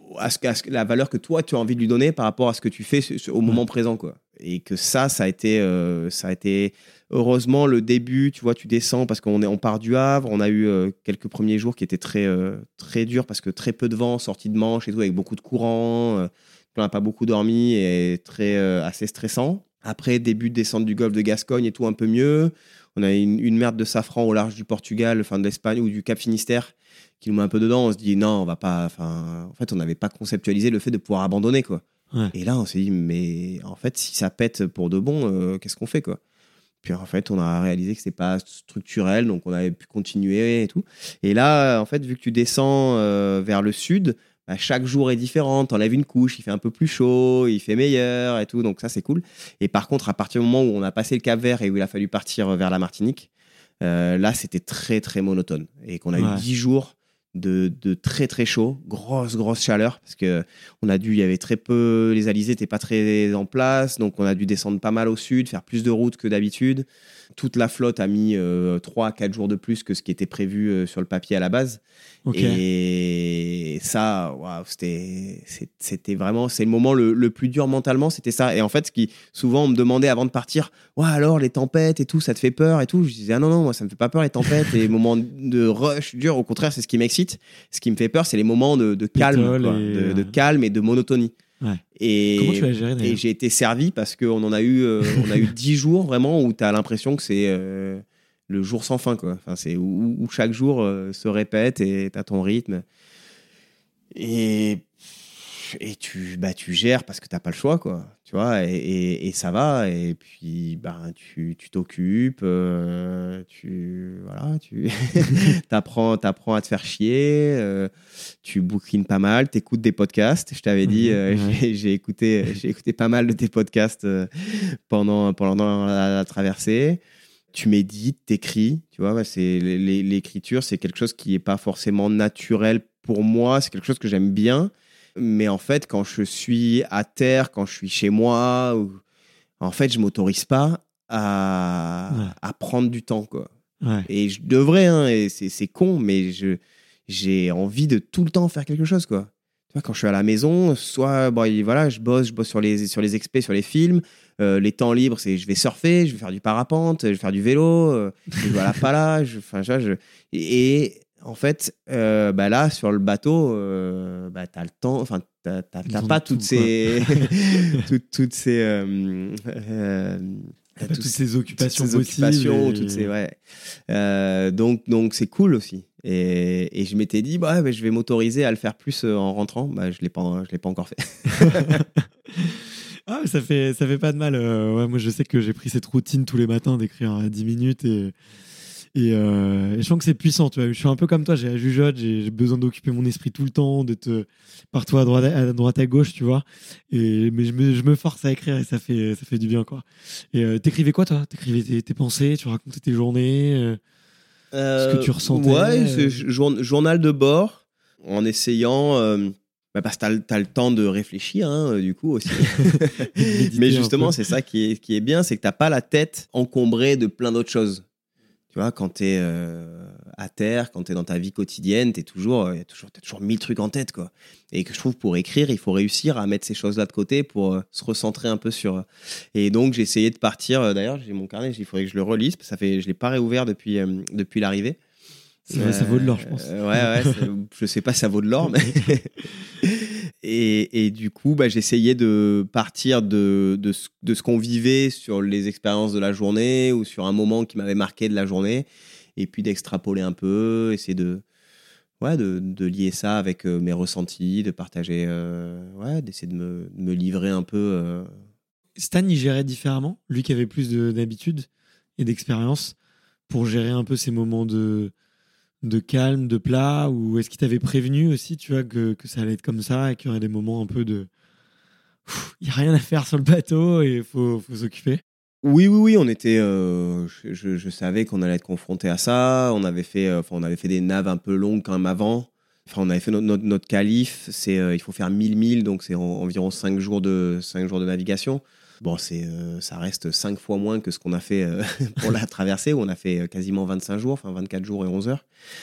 à, ce, à ce, la valeur que toi tu as envie de lui donner par rapport à ce que tu fais au moment présent, quoi. Et que ça, ça a été, euh, ça a été heureusement le début. Tu vois, tu descends parce qu'on est, on part du Havre. On a eu euh, quelques premiers jours qui étaient très, euh, très durs parce que très peu de vent, sortie de Manche et tout, avec beaucoup de courant. Euh, on n'a pas beaucoup dormi et très, euh, assez stressant. Après, début de descente du golfe de Gascogne et tout, un peu mieux. On a une, une merde de safran au large du Portugal, enfin de l'Espagne ou du Cap Finistère, qui nous met un peu dedans. On se dit non, on va pas. Enfin, en fait, on n'avait pas conceptualisé le fait de pouvoir abandonner, quoi. Ouais. Et là, on s'est dit, mais en fait, si ça pète pour de bon, euh, qu'est-ce qu'on fait, quoi? Puis en fait, on a réalisé que c'était pas structurel, donc on avait pu continuer et tout. Et là, en fait, vu que tu descends euh, vers le sud, bah, chaque jour est différent. T'enlèves une couche, il fait un peu plus chaud, il fait meilleur et tout, donc ça, c'est cool. Et par contre, à partir du moment où on a passé le Cap-Vert et où il a fallu partir vers la Martinique, euh, là, c'était très, très monotone. Et qu'on a ouais. eu dix jours de, de très très chaud, grosse grosse chaleur parce que on a dû, il y avait très peu, les alizés n'étaient pas très en place, donc on a dû descendre pas mal au sud, faire plus de routes que d'habitude. Toute la flotte a mis euh, trois à quatre jours de plus que ce qui était prévu euh, sur le papier à la base. Okay. Et ça, wow, c'était, c'était vraiment, c'est le moment le, le plus dur mentalement, c'était ça. Et en fait, ce qui, souvent, on me demandait avant de partir, ouais, alors les tempêtes et tout, ça te fait peur et tout. Je disais, ah non, non, moi, ça me fait pas peur les tempêtes et les moments de rush dur. Au contraire, c'est ce qui m'excite. Ce qui me fait peur, c'est les moments de, de calme, quoi, et... de, de calme et de monotonie. Ouais. Et, Comment tu l'as géré, d'ailleurs ? Et j'ai été servi parce qu'on en a eu, euh, on a eu dix jours vraiment où tu as l'impression que c'est euh, le jour sans fin, quoi. Enfin, c'est où, où chaque jour euh, se répète et tu as ton rythme. Et, et tu, bah, tu gères parce que tu n'as pas le choix, quoi. Tu vois, et, et, et ça va. Et puis, bah, tu, tu t'occupes, euh, tu, voilà, tu t'apprends, t'apprends à te faire chier, euh, tu bouquines pas mal, t'écoutes des podcasts. Je t'avais dit, euh, ouais. j'ai, j'ai, écouté, j'ai écouté pas mal de tes podcasts euh, pendant, pendant la, la traversée. Tu médites, t'écris. Tu vois, c'est, l'écriture, c'est quelque chose qui n'est pas forcément naturel pour moi. C'est quelque chose que j'aime bien. Mais en fait, quand je suis à terre, quand je suis chez moi, ou... en fait, je m'autorise pas à, ouais. à prendre du temps, quoi. Ouais. Et je devrais, hein, et c'est, c'est con, mais je, j'ai envie de tout le temps faire quelque chose, quoi. Tu vois, quand je suis à la maison, soit, bon, voilà, je bosse, je bosse sur les, sur les expés, sur les films. Euh, les temps libres, c'est je vais surfer, je vais faire du parapente, je vais faire du vélo, euh, je vais à la palage, enfin, je, je, et, et en fait, euh, bah là, sur le bateau, euh, bah, t'as le temps, enfin, t'as, t'as, t'as pas toutes, tout, ces, toutes, toutes ces, euh, euh, t'as toutes, toutes ces occupations toutes ces occupations, et... toutes ces, ouais. Euh, donc, donc c'est cool aussi. Et, et je m'étais dit, bah, bah, je vais m'autoriser à le faire plus en rentrant. Bah, je l'ai pas, je l'ai pas encore fait. Ah, ça fait, ça fait pas de mal. Euh, ouais, moi, je sais que j'ai pris cette routine tous les matins d'écrire à dix minutes et. Et, euh, et je sens que c'est puissant, tu vois. Je suis un peu comme toi, j'ai la jugeote, j'ai, j'ai besoin d'occuper mon esprit tout le temps, d'être partout à droite à, droite à gauche, tu vois. Et, mais je me, je me force à écrire et ça fait, ça fait du bien, quoi. Et euh, t'écrivais quoi, toi ? T'écrivais tes, tes pensées, tu racontais tes journées, euh, euh, ce que tu ressentais. Ouais, c'est jour, journal de bord, en essayant... Euh... Bah parce que t'as, t'as le temps de réfléchir, hein, du coup, aussi. Mais justement, c'est ça qui est, qui est bien, c'est que t'as pas la tête encombrée de plein d'autres choses. Tu vois, quand t'es euh, à terre, quand t'es dans ta vie quotidienne, t'es toujours, y a toujours, t'as toujours mille trucs en tête, quoi. Et que je trouve, pour écrire, il faut réussir à mettre ces choses-là de côté pour euh, se recentrer un peu sur... Et donc, j'ai essayé de partir... Euh, d'ailleurs, j'ai mon carnet, il faudrait que je le relise, parce que ça fait, je l'ai pas réouvert depuis, euh, depuis l'arrivée. C'est vrai, euh, ça vaut de l'or, je pense. Euh, ouais, ouais, je sais pas si ça vaut de l'or, mais... et, et du coup, bah, j'essayais de partir de, de, ce, de ce qu'on vivait sur les expériences de la journée ou sur un moment qui m'avait marqué de la journée, et puis d'extrapoler un peu, essayer de, ouais, de, de lier ça avec euh, mes ressentis, de partager, euh, ouais, d'essayer de me, de me livrer un peu. Euh... Stan, il gérait différemment, lui qui avait plus de, d'habitude et d'expérience, pour gérer un peu ces moments de... de calme, de plat, ou est-ce qu'il t'avait prévenu aussi, tu vois, que, que ça allait être comme ça et qu'il y aurait des moments un peu de... Il n'y a rien à faire sur le bateau et il faut, faut s'occuper? Oui, oui, oui, on était... Euh, je, je, je savais qu'on allait être confronté à ça. On avait fait, euh, on avait fait des naves un peu longues quand même avant. Enfin, on avait fait notre, notre, notre qualif. C'est, euh, il faut faire mille milles, donc c'est en, environ cinq jours de, cinq jours de navigation. Bon, c'est, euh, ça reste cinq fois moins que ce qu'on a fait euh, pour la traversée, où on a fait quasiment vingt-cinq jours, enfin vingt-quatre jours et onze heures.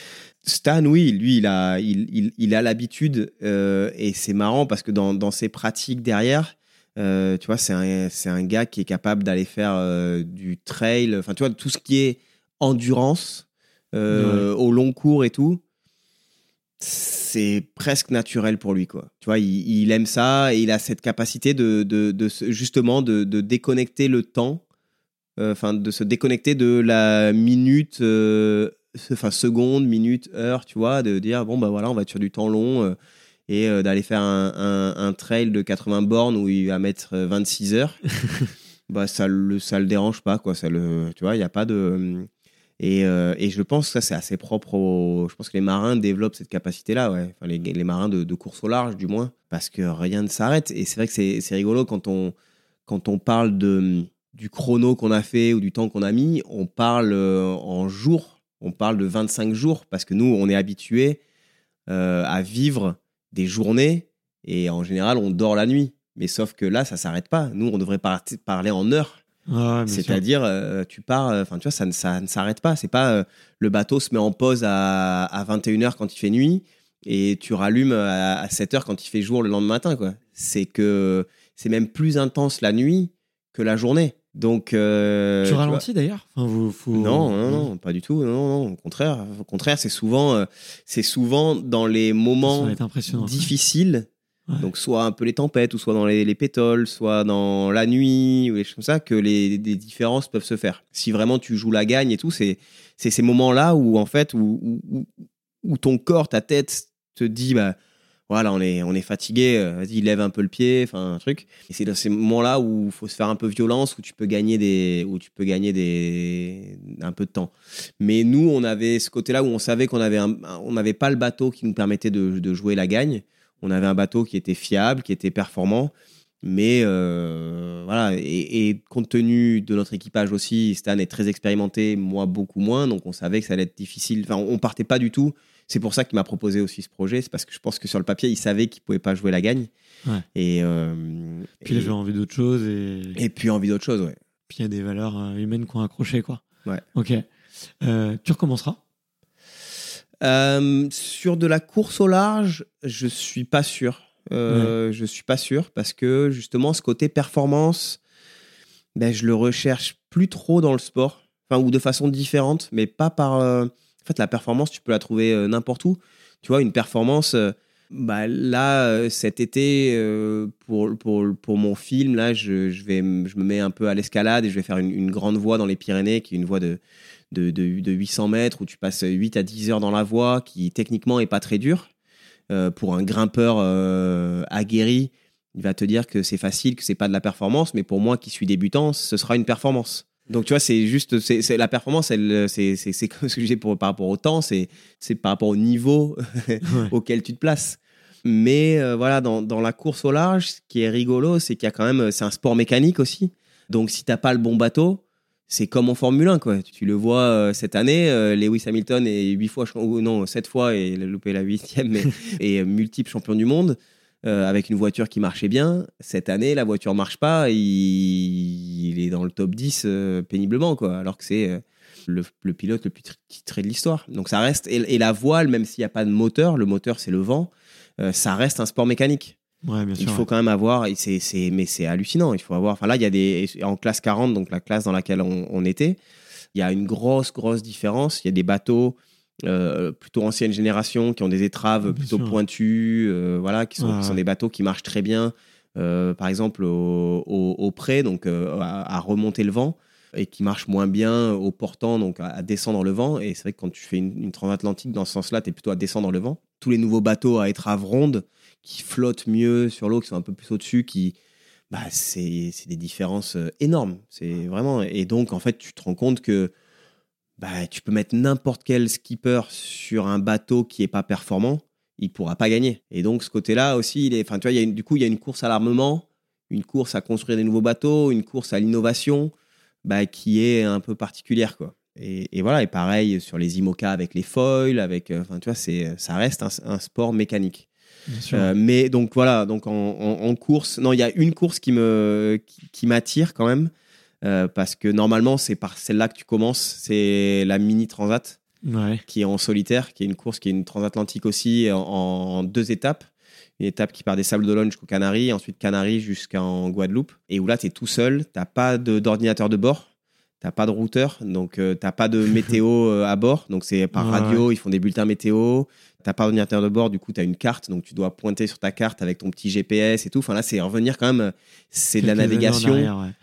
Stan, oui, lui, il a, il, il, il a l'habitude euh, et c'est marrant parce que dans, dans ses pratiques derrière, euh, tu vois, c'est un, c'est un gars qui est capable d'aller faire euh, du trail, enfin, tu vois, tout ce qui est endurance euh, ouais. au long cours et tout, c'est presque naturel pour lui, quoi. Tu vois, il, il aime ça et il a cette capacité de, de, de justement de, de déconnecter le temps, enfin, euh, de se déconnecter de la minute. Euh, enfin seconde, minute, heure, tu vois, de dire bon bah voilà, on va être sur du temps long euh, et euh, d'aller faire un, un, un trail de quatre-vingts bornes où il va mettre vingt-six heures, bah ça le ça le dérange pas, quoi, ça le, tu vois, il y a pas de et euh, et je pense que ça c'est assez propre au, je pense que les marins développent cette capacité là, ouais, enfin les les marins de, de course au large du moins, parce que rien ne s'arrête et c'est vrai que c'est c'est rigolo quand on quand on parle de du chrono qu'on a fait ou du temps qu'on a mis, on parle euh, en jours. On parle de vingt-cinq jours parce que nous, on est habitués euh, à vivre des journées et en général, on dort la nuit. Mais sauf que là, ça ne s'arrête pas. Nous, on devrait par- parler en heures. Ah, C'est-à-dire, euh, tu pars, enfin, euh, tu vois, ça, ça ne s'arrête pas. C'est pas euh, le bateau se met en pause à, à vingt et une heures quand il fait nuit et tu rallumes à, à sept heures quand il fait jour le lendemain matin, quoi. C'est que c'est même plus intense la nuit que la journée. Donc, euh, tu, tu ralentis vois, d'ailleurs, enfin, vous, faut... non, non, non, pas du tout. Non, non, au contraire, au contraire, c'est souvent, euh, c'est souvent dans les moments difficiles. Ouais. Donc, soit un peu les tempêtes, ou soit dans les, les pétoles, soit dans la nuit, ou des choses comme ça, que les, les différences peuvent se faire. Si vraiment tu joues la gagne et tout, c'est, c'est ces moments-là où en fait, où, où, où ton corps, ta tête te dit, bah. Voilà, on est, on est fatigué, vas-y, lève un peu le pied, enfin, un truc. Et c'est dans ces moments-là où il faut se faire un peu violence, où tu peux gagner des, où tu peux gagner des, un peu de temps. Mais nous, on avait ce côté-là où on savait qu'on avait un, on n'avait pas le bateau qui nous permettait de, de jouer la gagne. On avait un bateau qui était fiable, qui était performant. Mais, euh, voilà. Et, et compte tenu de notre équipage aussi, Stan est très expérimenté, moi beaucoup moins. Donc, on savait que ça allait être difficile. Enfin, on partait pas du tout. C'est pour ça qu'il m'a proposé aussi ce projet. C'est parce que je pense que sur le papier, il savait qu'il ne pouvait pas jouer la gagne. Ouais. Et, euh, puis et, il avait envie d'autre chose. Et, et puis envie d'autre chose, ouais. Puis il y a des valeurs humaines qui ont accroché, quoi. Ouais. Ok. Euh, tu recommenceras euh, Sur de la course au large, je ne suis pas sûr. Euh, ouais. Je ne suis pas sûr parce que justement, ce côté performance, ben, je le recherche plus trop dans le sport. Enfin, ou de façon différente, mais pas par... Euh, En fait, la performance, tu peux la trouver euh, n'importe où. Tu vois, une performance, euh, bah, là, euh, cet été, euh, pour, pour, pour mon film, là, je, je, vais, je me mets un peu à l'escalade et je vais faire une, une grande voie dans les Pyrénées, qui est une voie de, de, de, de huit cents mètres, où tu passes huit à dix heures dans la voie, qui techniquement n'est pas très dure. Euh, pour un grimpeur euh, aguerri, il va te dire que c'est facile, que ce n'est pas de la performance, mais pour moi qui suis débutant, ce sera une performance. Donc tu vois, c'est juste, c'est, c'est la performance, elle, c'est, c'est, c'est comme ce que je dis pour, par rapport au temps, c'est, c'est par rapport au niveau ouais. auquel tu te places. Mais euh, voilà, dans, dans la course au large, ce qui est rigolo, c'est qu'il y a quand même, c'est un sport mécanique aussi. Donc si t'as pas le bon bateau, c'est comme en Formule un, quoi. Tu le vois euh, cette année, euh, Lewis Hamilton est huit fois, oh, non, sept fois et il a loupé la huitième, mais et multiple champion du monde. Euh, avec une voiture qui marchait bien. Cette année, la voiture marche pas, il, il est dans le top dix euh, péniblement, quoi, alors que c'est euh, le, le pilote le plus titré de l'histoire. Donc ça reste, et, et la voile, même s'il n'y a pas de moteur, le moteur c'est le vent, euh, ça reste un sport mécanique. Ouais, bien sûr, il faut ouais. quand même avoir, et c'est, c'est, mais c'est hallucinant, il faut avoir, enfin là il y a des, en classe quarante, donc la classe dans laquelle on, on était, il y a une grosse, grosse différence, il y a des bateaux Euh, plutôt ancienne génération qui ont des étraves bien plutôt sûr. pointues, euh, voilà, qui sont, ah, qui sont des bateaux qui marchent très bien, euh, par exemple au, au, au pré, donc euh, à, à remonter le vent, et qui marchent moins bien au portant, donc à, à descendre le vent. Et c'est vrai que quand tu fais une, une transatlantique dans ce sens-là, tu es plutôt à descendre le vent. Tous les nouveaux bateaux à étrave ronde qui flottent mieux sur l'eau, qui sont un peu plus au-dessus, qui bah, c'est, c'est des différences énormes. C'est vraiment... Et donc, en fait, tu te rends compte que bah, tu peux mettre n'importe quel skipper sur un bateau qui n'est pas performant, il ne pourra pas gagner. Et donc, ce côté-là aussi, il est, enfin, tu vois, il y a une, du coup, il y a une course à l'armement, une course à construire des nouveaux bateaux, une course à l'innovation bah, qui est un peu particulière, quoi. Et, et voilà, et pareil sur les IMOCA avec les foils, avec, enfin, tu vois, c'est, ça reste un, un sport mécanique. Euh, mais donc voilà, donc en, en, en course, non, il y a une course qui me, qui, qui m'attire quand même. Euh, parce que normalement c'est par celle-là que tu commences, c'est la mini transat. Ouais. qui est en solitaire, qui est une course qui est une transatlantique aussi en, en deux étapes. Une étape qui part des Sables d'Olonne jusqu'aux Canaries, ensuite Canaries jusqu'en Guadeloupe, et où là, tu es tout seul, tu n'as pas de, d'ordinateur de bord, tu n'as pas de routeur, donc euh, tu n'as pas de météo euh, à bord, donc c'est par Ouais. radio, ils font des bulletins météo, tu n'as pas d'ordinateur de bord, du coup, tu as une carte, donc tu dois pointer sur ta carte avec ton petit G P S et tout. Enfin là, c'est revenir quand même, c'est de la Quelques années en navigation. arrière, ouais.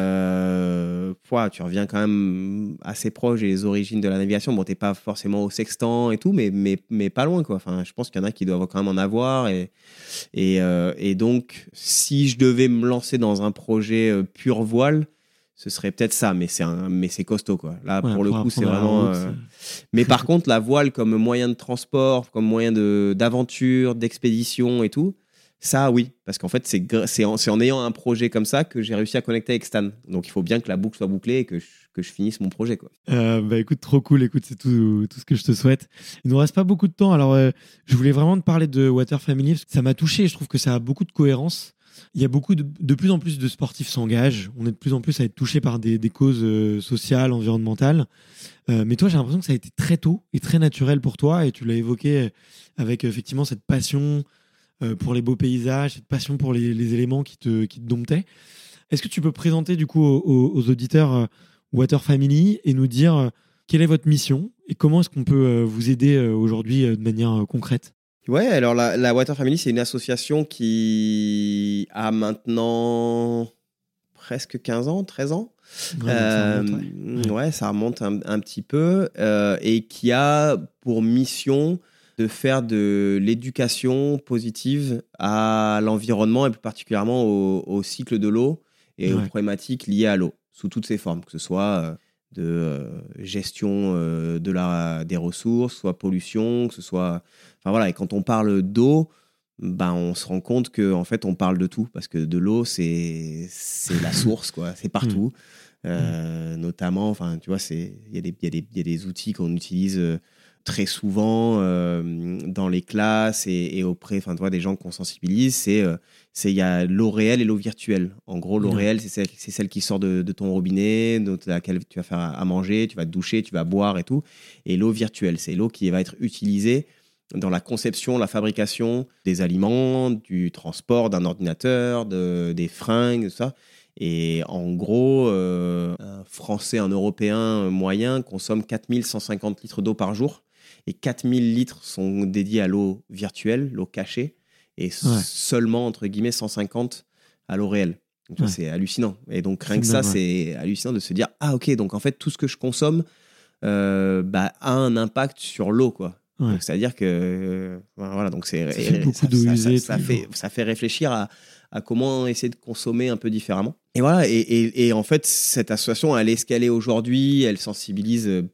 euh, pouah, tu reviens quand même assez proche des origines de la navigation. Bon, t'es pas forcément au sextant et tout, mais, mais, mais pas loin, quoi. Enfin, je pense qu'il y en a qui doivent quand même en avoir. Et, et, euh, et donc, si je devais me lancer dans un projet euh, pure voile, ce serait peut-être ça, mais c'est, un, mais c'est costaud, quoi. Là, Ouais, pour le coup, c'est apprendre la vraiment... route, euh, c'est- Mais par contre, la voile comme moyen de transport, comme moyen de, d'aventure, d'expédition et tout, ça, oui. Parce qu'en fait, c'est, gr- c'est, en, c'est en ayant un projet comme ça que j'ai réussi à connecter avec Stan. Donc, il faut bien que la boucle soit bouclée et que je, que je finisse mon projet, quoi. Euh, bah écoute, trop cool. Écoute, c'est tout, tout ce que je te souhaite. Il nous reste pas beaucoup de temps. Alors, euh, je voulais vraiment te parler de Water Family. Parce que ça m'a touché. Je trouve que ça a beaucoup de cohérence. Il y a beaucoup de, de plus en plus de sportifs s'engagent. On est de plus en plus à être touchés par des, des causes euh, sociales, environnementales. Euh, mais toi, j'ai l'impression que ça a été très tôt et très naturel pour toi. Et tu l'as évoqué avec effectivement cette passion euh, pour les beaux paysages, cette passion pour les, les éléments qui te, qui te domptaient. Est-ce que tu peux présenter du coup aux, aux- aux auditeurs euh, Water Family et nous dire euh, quelle est votre mission et comment est-ce qu'on peut euh, vous aider euh, aujourd'hui euh, de manière euh, concrète? Ouais, alors la, la Water Family, c'est une association qui a maintenant presque quinze ans, treize ans. Ouais, donc ça remonte, ouais. Euh, ouais, ça remonte un, un petit peu. euh, et qui a pour mission de faire de l'éducation positive à l'environnement et plus particulièrement au, au cycle de l'eau et aux Ouais. problématiques liées à l'eau, sous toutes ses formes, que ce soit euh, de euh, gestion euh, de la, des ressources, soit pollution, que ce soit... Enfin voilà, et quand on parle d'eau, ben, on se rend compte qu'en fait, on parle de tout, parce que de l'eau, c'est, c'est la source, quoi. C'est partout. Euh, notamment, enfin, tu vois, c'est, il y a des, il y a des, il y a des outils qu'on utilise euh, très souvent euh, dans les classes et, et auprès, enfin, tu vois, des gens qu'on sensibilise. C'est, euh, c'est, il y a l'eau réelle et l'eau virtuelle. En gros, l'eau Ouais. réelle, c'est celle, c'est celle qui sort de, de ton robinet, de laquelle tu vas faire à manger, tu vas te doucher, tu vas boire et tout. Et l'eau virtuelle, c'est l'eau qui va être utilisée dans la conception, la fabrication des aliments, du transport d'un ordinateur, de, des fringues, tout ça. Et en gros, euh, un Français, un Européen moyen consomme quatre mille cent cinquante litres d'eau par jour. Et quatre mille litres sont dédiés à l'eau virtuelle, l'eau cachée. Et Ouais. seulement, entre guillemets, cent cinquante à l'eau réelle. Donc, tu vois, Ouais. c'est hallucinant. Et donc, rien C'est que ça, dingue, ouais. c'est hallucinant de se dire, ah ok, donc en fait, tout ce que je consomme euh, bah, a un impact sur l'eau, quoi. Ouais. Donc, c'est-à-dire que euh, voilà, donc c'est Ça fait beaucoup ça, d'eau ça- usée ça- ça tous les fait jours. ça fait réfléchir à, à comment essayer de consommer un peu différemment. Et voilà, et, et, et en fait cette association elle est escalée aujourd'hui, elle sensibilise euh,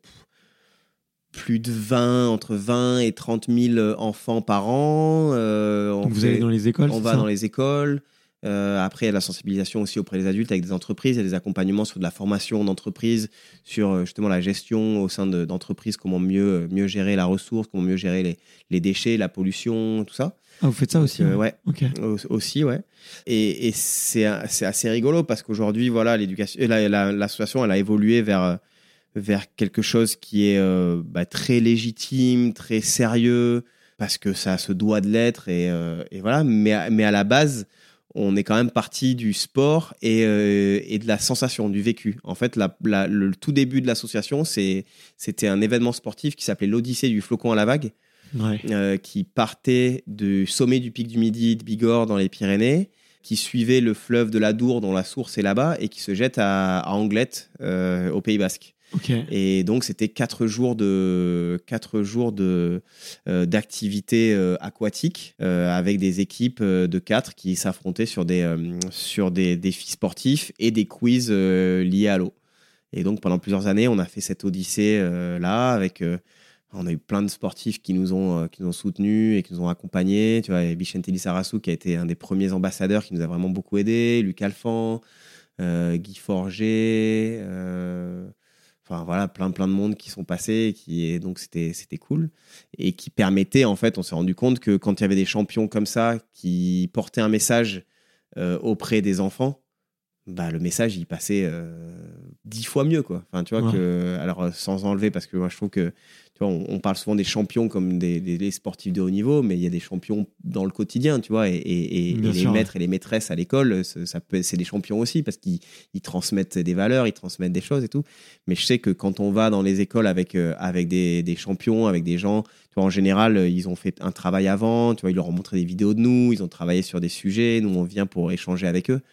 plus de vingt entre vingt et trente mille enfants par an. Euh, on Donc vous fait- allez dans les écoles, on c'est va ça dans les écoles. Euh, après, il y a la sensibilisation aussi auprès des adultes avec des entreprises. Il y a des accompagnements sur de la formation d'entreprises, sur euh, justement la gestion au sein de, d'entreprises, comment mieux, mieux gérer la ressource, comment mieux gérer les, les déchets, la pollution, tout ça. Ah, vous faites ça Donc, aussi euh, ouais. ouais. Ok. Au- Aussi, ouais. Et, et c'est, c'est assez rigolo parce qu'aujourd'hui, voilà, l'éducation, et la, la, l'association, elle a évolué vers, vers quelque chose qui est euh, bah, très légitime, très sérieux, parce que ça se doit de l'être. Et, euh, et voilà. Mais, à- mais à la base, on est quand même parti du sport et, euh, et de la sensation, du vécu. En fait, la, la, le tout début de l'association, c'est, c'était un événement sportif qui s'appelait l'Odyssée du flocon à la vague. Ouais. Euh, qui partait du sommet du pic du Midi de Bigorre dans les Pyrénées, qui suivait le fleuve de l'Adour dont la source est là-bas et qui se jette à, à Anglette, euh, au Pays Basque. Ok. Et donc c'était quatre jours de quatre jours de euh, d'activité euh, aquatique euh, avec des équipes euh, de quatre qui s'affrontaient sur des euh, sur des défis sportifs et des quiz euh, liés à l'eau. Et donc pendant plusieurs années, on a fait cette odyssée euh, là avec euh, on a eu plein de sportifs qui nous ont, euh, qui nous ont soutenus et qui nous ont accompagnés. Tu vois, Vicente Lissarassou qui a été un des premiers ambassadeurs qui nous a vraiment beaucoup aidés, Luc Alphand, euh, Guy Forger, euh, enfin voilà, plein, plein de monde qui sont passés. Et qui, et donc c'était, c'était cool. Et qui permettait, en fait, on s'est rendu compte que quand il y avait des champions comme ça qui portaient un message euh, auprès des enfants, bah, le message, il passait euh, dix fois mieux, quoi. Enfin, tu vois, Ouais. que, alors, sans enlever, parce que moi, je trouve que, tu vois, on, on parle souvent des champions comme des, des, des sportifs de haut niveau, mais il y a des champions dans le quotidien, tu vois, et, et, et, Bien et les sûr, maîtres ouais. et les maîtresses à l'école, ça, ça peut, c'est des champions aussi, parce qu'ils ils transmettent des valeurs, ils transmettent des choses et tout. Mais je sais que quand on va dans les écoles avec, euh, avec des, des champions, avec des gens, tu vois, en général, euh, ils ont fait un travail avant, tu vois, ils leur ont montré des vidéos de nous, ils ont travaillé sur des sujets, nous, on vient pour échanger avec eux.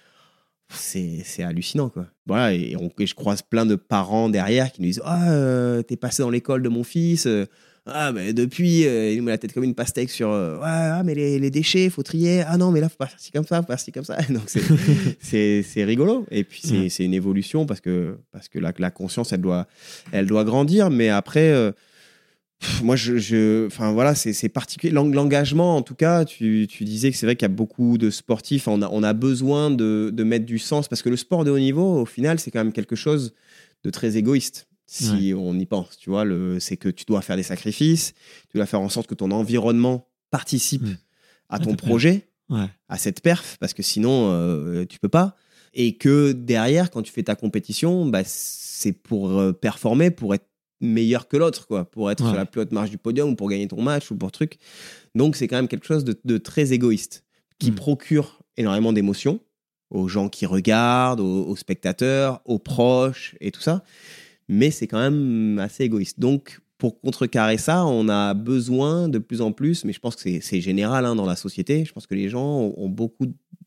C'est, c'est hallucinant, quoi. Voilà, et, on, et je croise plein de parents derrière qui nous disent « Ah, euh, t'es passé dans l'école de mon fils. euh, Ah, mais depuis, euh, il nous met la tête comme une pastèque sur euh, Ouais, ah, mais les, les déchets, faut trier. Ah non, mais là, faut pas faire ci comme ça, faut faire ci comme ça. » Donc, c'est, c'est, c'est rigolo. Et puis, c'est, Ouais. c'est une évolution parce que, parce que la, la conscience, elle doit, elle doit grandir. Mais après... euh, Pff, moi, je, je, enfin voilà, c'est, c'est particulier. L'eng- L'engagement, en tout cas, tu, tu disais que c'est vrai qu'il y a beaucoup de sportifs. On a, on a besoin de, de mettre du sens parce que le sport de haut niveau, au final, c'est quand même quelque chose de très égoïste. Si on y pense, tu vois, le, c'est que tu dois faire des sacrifices, tu dois faire en sorte que ton environnement participe Mm. à À ton ta perf. projet, Ouais. à cette perf, parce que sinon, euh, tu peux pas. Et que derrière, quand tu fais ta compétition, bah, c'est pour euh, performer, pour être meilleur que l'autre, quoi, pour être Ouais. sur la plus haute marge du podium ou pour gagner ton match ou pour truc. Donc, c'est quand même quelque chose de, de très égoïste qui Mm. procure énormément d'émotions aux gens qui regardent, aux, aux spectateurs, aux proches et tout ça. Mais c'est quand même assez égoïste. Donc, pour contrecarrer ça, on a besoin de plus en plus, mais je pense que c'est, c'est général hein, dans la société, je pense que les gens ont, ont beaucoup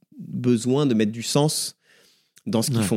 besoin de mettre du sens dans ce qu'ils Ouais. font.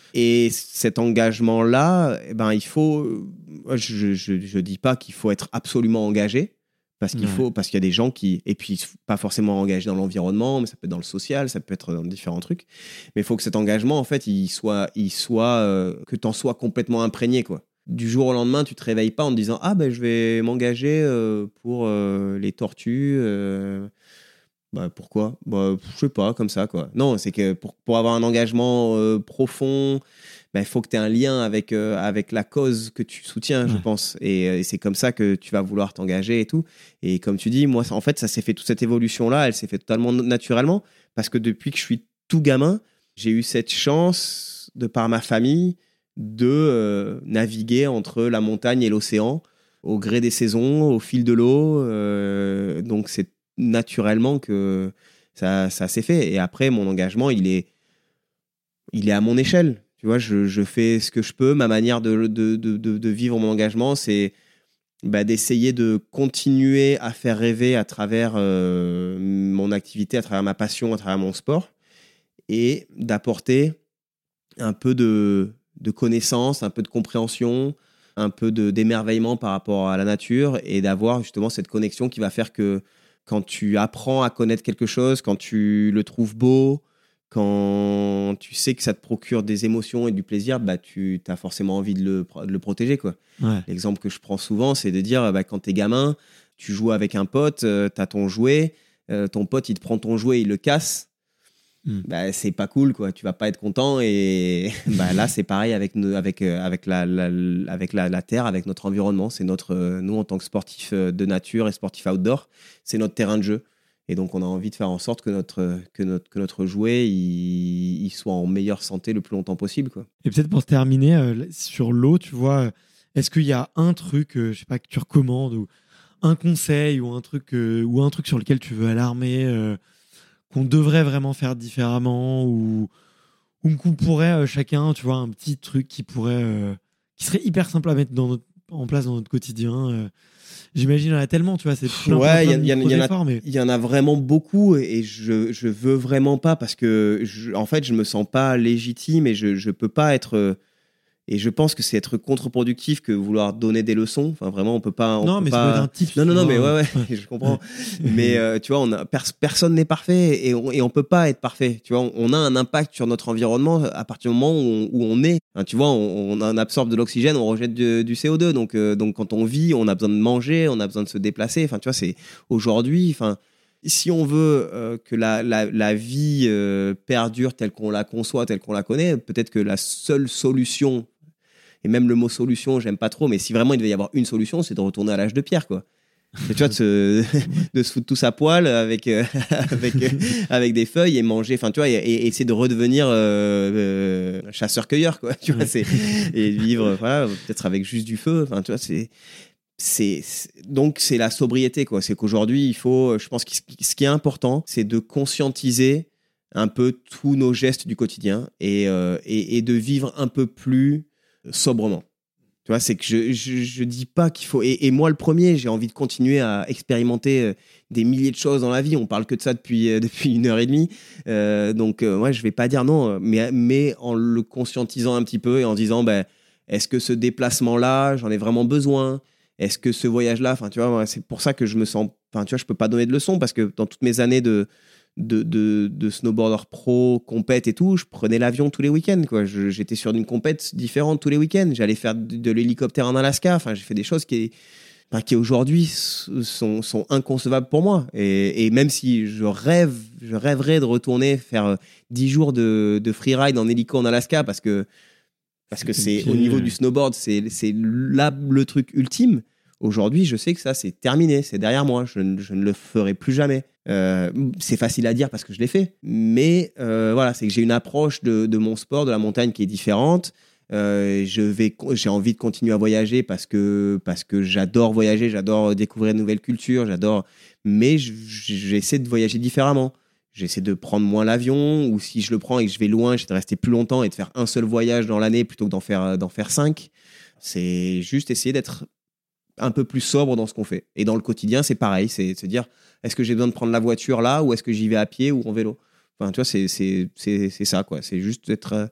Et cet engagement-là, eh ben, il faut. Je, je, je dis pas qu'il faut être absolument engagé, parce qu'il Ouais. faut, parce qu'il y a des gens qui, et puis pas forcément engagés dans l'environnement, mais ça peut être dans le social, ça peut être dans différents trucs. Mais il faut que cet engagement, en fait, il soit, il soit, euh, que t'en sois complètement imprégné, quoi. Du jour au lendemain, tu te réveilles pas en te disant ah ben je vais m'engager euh, pour euh, les tortues. Euh, Bah, pourquoi bah, je sais pas, comme ça, quoi. Non, c'est que pour, pour avoir un engagement euh, profond, il bah, faut que tu aies un lien avec, euh, avec la cause que tu soutiens, je Ouais. pense. Et, euh, et c'est comme ça que tu vas vouloir t'engager et tout. Et comme tu dis, moi, ça- en fait, ça s'est fait, toute cette évolution-là, elle s'est fait totalement naturellement, parce que depuis que je suis tout gamin, j'ai eu cette chance, de par ma famille, de euh, naviguer entre la montagne et l'océan, au gré des saisons, au fil de l'eau. Euh, donc, c'est naturellement que ça, ça s'est fait. Et après, mon engagement, il est, il est à mon échelle. Tu vois, je, je fais ce que je peux. Ma manière de, de, de, de, de vivre mon engagement, c'est bah, d'essayer de continuer à faire rêver à travers euh, mon activité, à travers ma passion, à travers mon sport, et d'apporter un peu de, de connaissance, un peu de compréhension, un peu de, d'émerveillement par rapport à la nature, et d'avoir justement cette connexion qui va faire que quand tu apprends à connaître quelque chose, quand tu le trouves beau, quand tu sais que ça te procure des émotions et du plaisir, bah, tu as forcément envie de le, de le protéger, quoi. Ouais. L'exemple que je prends souvent, c'est de dire, bah, quand t'es gamin, tu joues avec un pote, euh, t'as ton jouet, euh, ton pote, il te prend ton jouet, il le casse. Mm. Bah, c'est pas cool, quoi. Tu vas pas être content. Et bah, là, c'est pareil avec, nous, avec, euh, avec, la, la, avec la, la terre, avec notre environnement. C'est notre, euh, nous, en tant que sportifs de nature et sportifs outdoor, c'est notre terrain de jeu. Et donc, on a envie de faire en sorte que notre, que notre, que notre jouet il, il soit en meilleure santé le plus longtemps possible, quoi. Et peut-être pour terminer, euh, sur l'eau, tu vois, euh, est-ce qu'il y a un truc, euh, je sais pas, que tu recommandes, ou un conseil, ou un truc, euh, ou un truc sur lequel tu veux alarmer, euh, qu'on devrait vraiment faire différemment, ou, ou qu'on pourrait euh, chacun, tu vois, un petit truc qui pourrait, euh, qui serait hyper simple à mettre dans notre, en place dans notre quotidien. euh. J'imagine, il y en a tellement, tu vois, c'est plein, Ouais, plein, plein il y, de en- il y en a- micro-efforts, mais... il y en a vraiment beaucoup et je, je veux vraiment pas parce que, je, en fait, je me sens pas légitime et je, je peux pas être. euh, Et je pense que c'est être contre-productif que vouloir donner des leçons. Enfin, vraiment, on peut pas. On Non, peut mais ça pas... peut être un tip. Non, non, tu non, vois. mais ouais, ouais, je comprends. Mais euh, tu vois, on a, pers- personne n'est parfait et on, et on peut pas être parfait. Tu vois, on, on a un impact sur notre environnement à partir du moment où on, où on est. Hein, tu vois, on, on absorbe de l'oxygène, on rejette du, du C O deux. Donc, euh, donc, quand on vit, on a besoin de manger, on a besoin de se déplacer. Enfin, tu vois, c'est aujourd'hui. Enfin, si on veut euh, que la, la, la vie euh, perdure telle qu'on la conçoit, telle qu'on la connaît, peut-être que la seule solution, et même le mot solution, j'aime pas trop, mais si vraiment il devait y avoir une solution, c'est de retourner à l'âge de pierre, quoi. Et tu vois, de se, de se foutre tous à poil avec, euh, avec, euh, avec des feuilles et manger, enfin, tu vois, et, et essayer de redevenir euh, euh, chasseur-cueilleur, quoi. Tu vois, c'est, et vivre, voilà, peut-être avec juste du feu. Enfin, tu vois, c'est, c'est, c'est, donc, c'est la sobriété, quoi. C'est qu'aujourd'hui, il faut, je pense que ce qui est important, c'est de conscientiser un peu tous nos gestes du quotidien et, euh, et, et de vivre un peu plus sobrement. Tu vois, c'est que je, je, je dis pas qu'il faut... Et, et moi, le premier, j'ai envie de continuer à expérimenter euh, des milliers de choses dans la vie. On parle que de ça depuis, euh, depuis une heure et demie. Euh, donc, euh, ouais, je vais pas dire non, mais, mais en le conscientisant un petit peu et en disant, ben, est-ce que ce déplacement-là, j'en ai vraiment besoin ? Est-ce que ce voyage-là... Enfin, tu vois, c'est pour ça que je me sens... Enfin, tu vois, je peux pas donner de leçons parce que dans toutes mes années de... De, de, de snowboarder pro, compète et tout, je prenais l'avion tous les week-ends, quoi. Je, j'étais sur une compète différente tous les week-ends. J'allais faire de, de l'hélicoptère en Alaska. Enfin, j'ai fait des choses qui, enfin, qui aujourd'hui sont, sont inconcevables pour moi. Et, et même si je rêve, je rêverais de retourner faire dix jours de, de freeride en hélico en Alaska parce que, parce que c'est, c'est au niveau du snowboard, c'est, c'est là le truc ultime. Aujourd'hui, je sais que ça, c'est terminé, c'est derrière moi. Je, je ne le ferai plus jamais. Euh, c'est facile à dire parce que je l'ai fait, mais euh, voilà, c'est que j'ai une approche de, de mon sport, de la montagne qui est différente. Euh, je vais, j'ai envie de continuer à voyager parce que parce que j'adore voyager, j'adore découvrir de nouvelles cultures, j'adore. Mais je, j'essaie de voyager différemment. J'essaie de prendre moins l'avion, ou si je le prends et que je vais loin, j'essaie de rester plus longtemps et de faire un seul voyage dans l'année plutôt que d'en faire d'en faire cinq. C'est juste essayer d'être un peu plus sobre dans ce qu'on fait. Et dans le quotidien, c'est pareil, c'est de se dire, est-ce que j'ai besoin de prendre la voiture là, ou est-ce que j'y vais à pied ou en vélo ? Enfin, tu vois, c'est, c'est, c'est, c'est ça, quoi. C'est juste être, euh,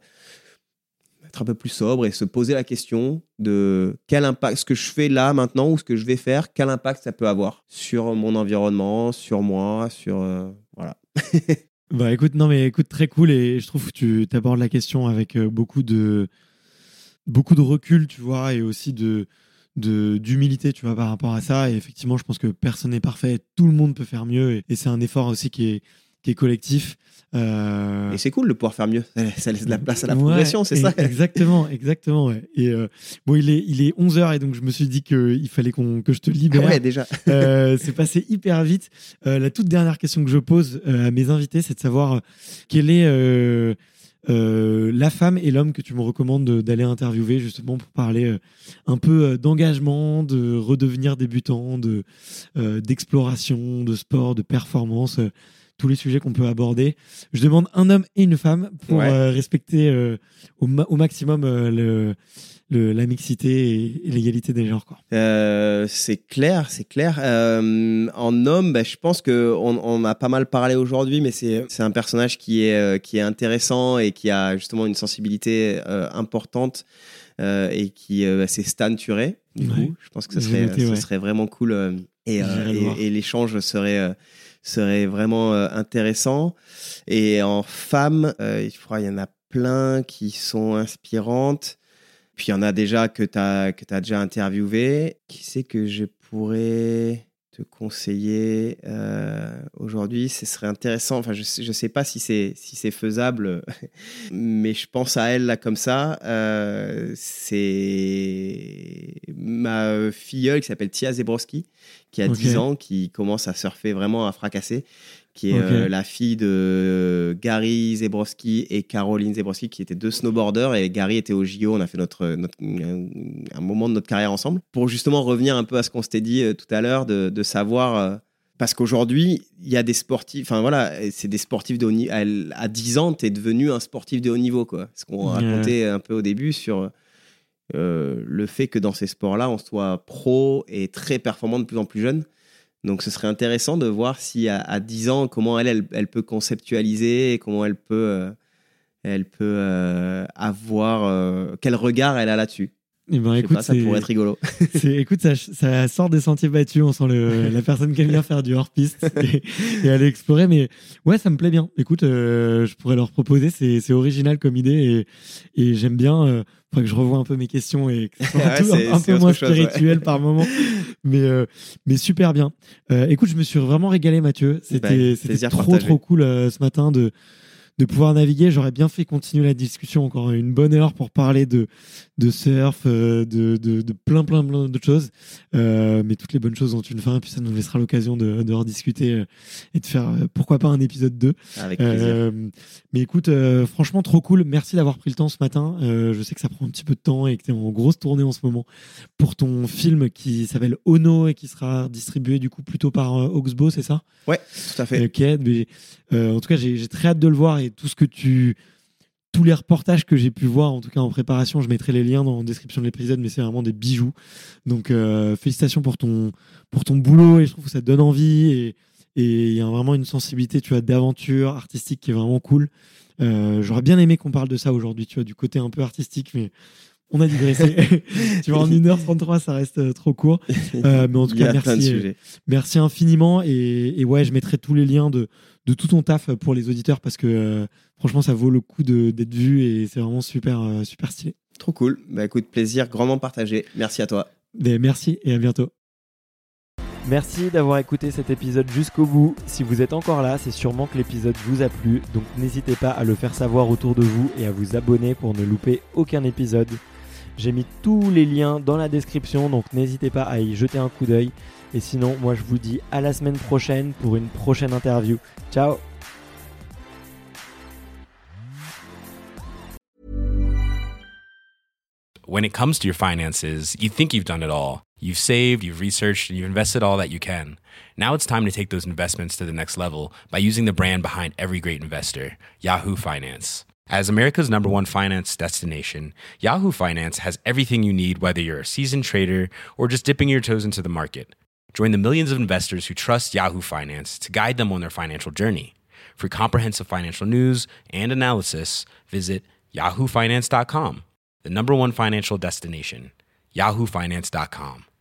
être un peu plus sobre et se poser la question de quel impact, ce que je fais là, maintenant, ou ce que je vais faire, quel impact ça peut avoir sur mon environnement, sur moi, sur... Euh, voilà. Bah écoute, non mais écoute, très cool, et je trouve que tu abordes la question avec beaucoup de, beaucoup de recul, tu vois, et aussi de... De, d'humilité, tu vois, par rapport à ça. Et effectivement, je pense que personne n'est parfait, tout le monde peut faire mieux, et, et c'est un effort aussi qui est, qui est collectif. Euh... Et c'est cool de pouvoir faire mieux, ça laisse de la place à la ouais, progression, c'est ça. Exactement, exactement. Ouais. Et euh, bon, il est, il est onze heures, et donc je me suis dit qu'il fallait qu'on, que je te libère. Ah ouais, déjà. euh, c'est passé hyper vite. Euh, la toute dernière question que je pose euh, à mes invités, c'est de savoir euh, quelle est... Euh, Euh, la femme et l'homme que tu me recommandes de, d'aller interviewer justement pour parler euh, un peu euh, d'engagement, de redevenir débutant, de, euh, d'exploration, de sport, de performance, euh, tous les sujets qu'on peut aborder. Je demande un homme et une femme pour ouais. euh, respecter euh, au, ma- au maximum euh, le, le, la mixité et, et l'égalité des genres, quoi. Euh, c'est clair, c'est clair. Euh, en homme, bah, je pense qu'on on a pas mal parlé aujourd'hui, mais c'est, c'est un personnage qui est, euh, qui est intéressant et qui a justement une sensibilité euh, importante euh, et qui euh, c'est Stan Turé. Du ouais. coup, je pense que ce serait, noté, ce ouais. serait vraiment cool euh, et, euh, et, et l'échange serait, euh, serait vraiment euh, intéressant. Et en femme, euh, je crois qu'il y en a plein qui sont inspirantes. Puis il y en a déjà que tu as que tu as déjà interviewé. Qui c'est que je pourrais te conseiller euh, aujourd'hui ? Ce serait intéressant. Enfin, je je sais pas si c'est si c'est faisable, mais je pense à elle là comme ça. Euh, c'est ma filleule qui s'appelle Tia Zebrowski, qui a okay. dix ans, qui commence à surfer vraiment à fracasser, qui est okay. euh, la fille de Gary Zebrowski et Caroline Zebrowski, qui étaient deux snowboarders, et Gary était au J O. On a fait notre, notre, un moment de notre carrière ensemble, pour justement revenir un peu à ce qu'on s'était dit euh, tout à l'heure, de, de savoir... Euh, parce qu'aujourd'hui, il y a des sportifs... Enfin voilà, c'est des sportifs de haut niveau. À dix ans, t'es devenu un sportif de haut niveau, quoi. Ce qu'on yeah. racontait un peu au début sur... Euh, le fait que dans ces sports-là, on soit pro et très performant de plus en plus jeune. Donc, ce serait intéressant de voir si à, à dix ans, comment elle, elle, elle peut conceptualiser et comment elle peut, euh, elle peut euh, avoir... Euh, quel regard elle a là-dessus. Eh ben, écoute, pas, ça pourrait être rigolo. C'est, écoute, ça, ça sort des sentiers battus. On sent le, la personne qui aime bien faire du hors-piste et, et aller explorer. Mais ouais, ça me plaît bien. Écoute, euh, je pourrais leur proposer. C'est, c'est original comme idée, et, et j'aime bien. Euh, faudrait que je revoie un peu mes questions et que ce soit ouais, tout, un, un peu moins chose, spirituel ouais. par moment. Mais, euh, mais super bien. Euh, écoute, je me suis vraiment régalé, Mathieu. C'était, bah, c'était trop, trop cool euh, ce matin de de pouvoir naviguer. J'aurais bien fait continuer la discussion encore une bonne heure pour parler de, de surf, euh, de, de, de plein, plein, plein d'autres choses. Euh, mais toutes les bonnes choses ont une fin, et puis ça nous laissera l'occasion de, de rediscuter euh, et de faire, euh, pourquoi pas, un épisode deux. Avec plaisir. Euh, mais écoute, euh, franchement, trop cool. Merci d'avoir pris le temps ce matin. Euh, je sais que ça prend un petit peu de temps et que tu es en grosse tournée en ce moment pour ton film qui s'appelle Ono et qui sera distribué du coup plutôt par euh, Oxbow, c'est ça ? Ouais, tout à fait. Ok, mais euh, en tout cas, j'ai, j'ai très hâte de le voir, et tout ce que tu, tous les reportages que j'ai pu voir, en tout cas en préparation, je mettrai les liens dans la description de l'épisode, mais c'est vraiment des bijoux. Donc euh, félicitations pour ton pour ton boulot, et je trouve que ça te donne envie, et et il y a vraiment une sensibilité, tu vois, d'aventure artistique qui est vraiment cool. Euh, j'aurais bien aimé qu'on parle de ça aujourd'hui, tu vois, du côté un peu artistique, mais on a digressé. Tu vois, en une heure trente-trois, ça reste euh, trop court. Euh, mais en tout cas, merci, euh, merci infiniment. Et, et ouais, je mettrai tous les liens de, de tout ton taf pour les auditeurs, parce que euh, franchement, ça vaut le coup de, d'être vu, et c'est vraiment super, euh, super stylé. Trop cool. Bah écoute, plaisir grandement partagé. Merci à toi. Et merci, et à bientôt. Merci d'avoir écouté cet épisode jusqu'au bout. Si vous êtes encore là, c'est sûrement que l'épisode vous a plu. Donc n'hésitez pas à le faire savoir autour de vous et à vous abonner pour ne louper aucun épisode. J'ai mis tous les liens dans la description, donc n'hésitez pas à y jeter un coup d'œil. Et sinon, moi je vous dis à la semaine prochaine pour une prochaine interview. Ciao! When it comes to your finances, you think you've done it all. You've saved, you've researched, and you've invested all that you can. Now it's time to take those investments to the next level by using the brand behind every great investor, Yahoo Finance. As America's number one finance destination, Yahoo Finance has everything you need, whether you're a seasoned trader or just dipping your toes into the market. Join the millions of investors who trust Yahoo Finance to guide them on their financial journey. For comprehensive financial news and analysis, visit yahoo finance dot com, the number one financial destination, yahoo finance dot com.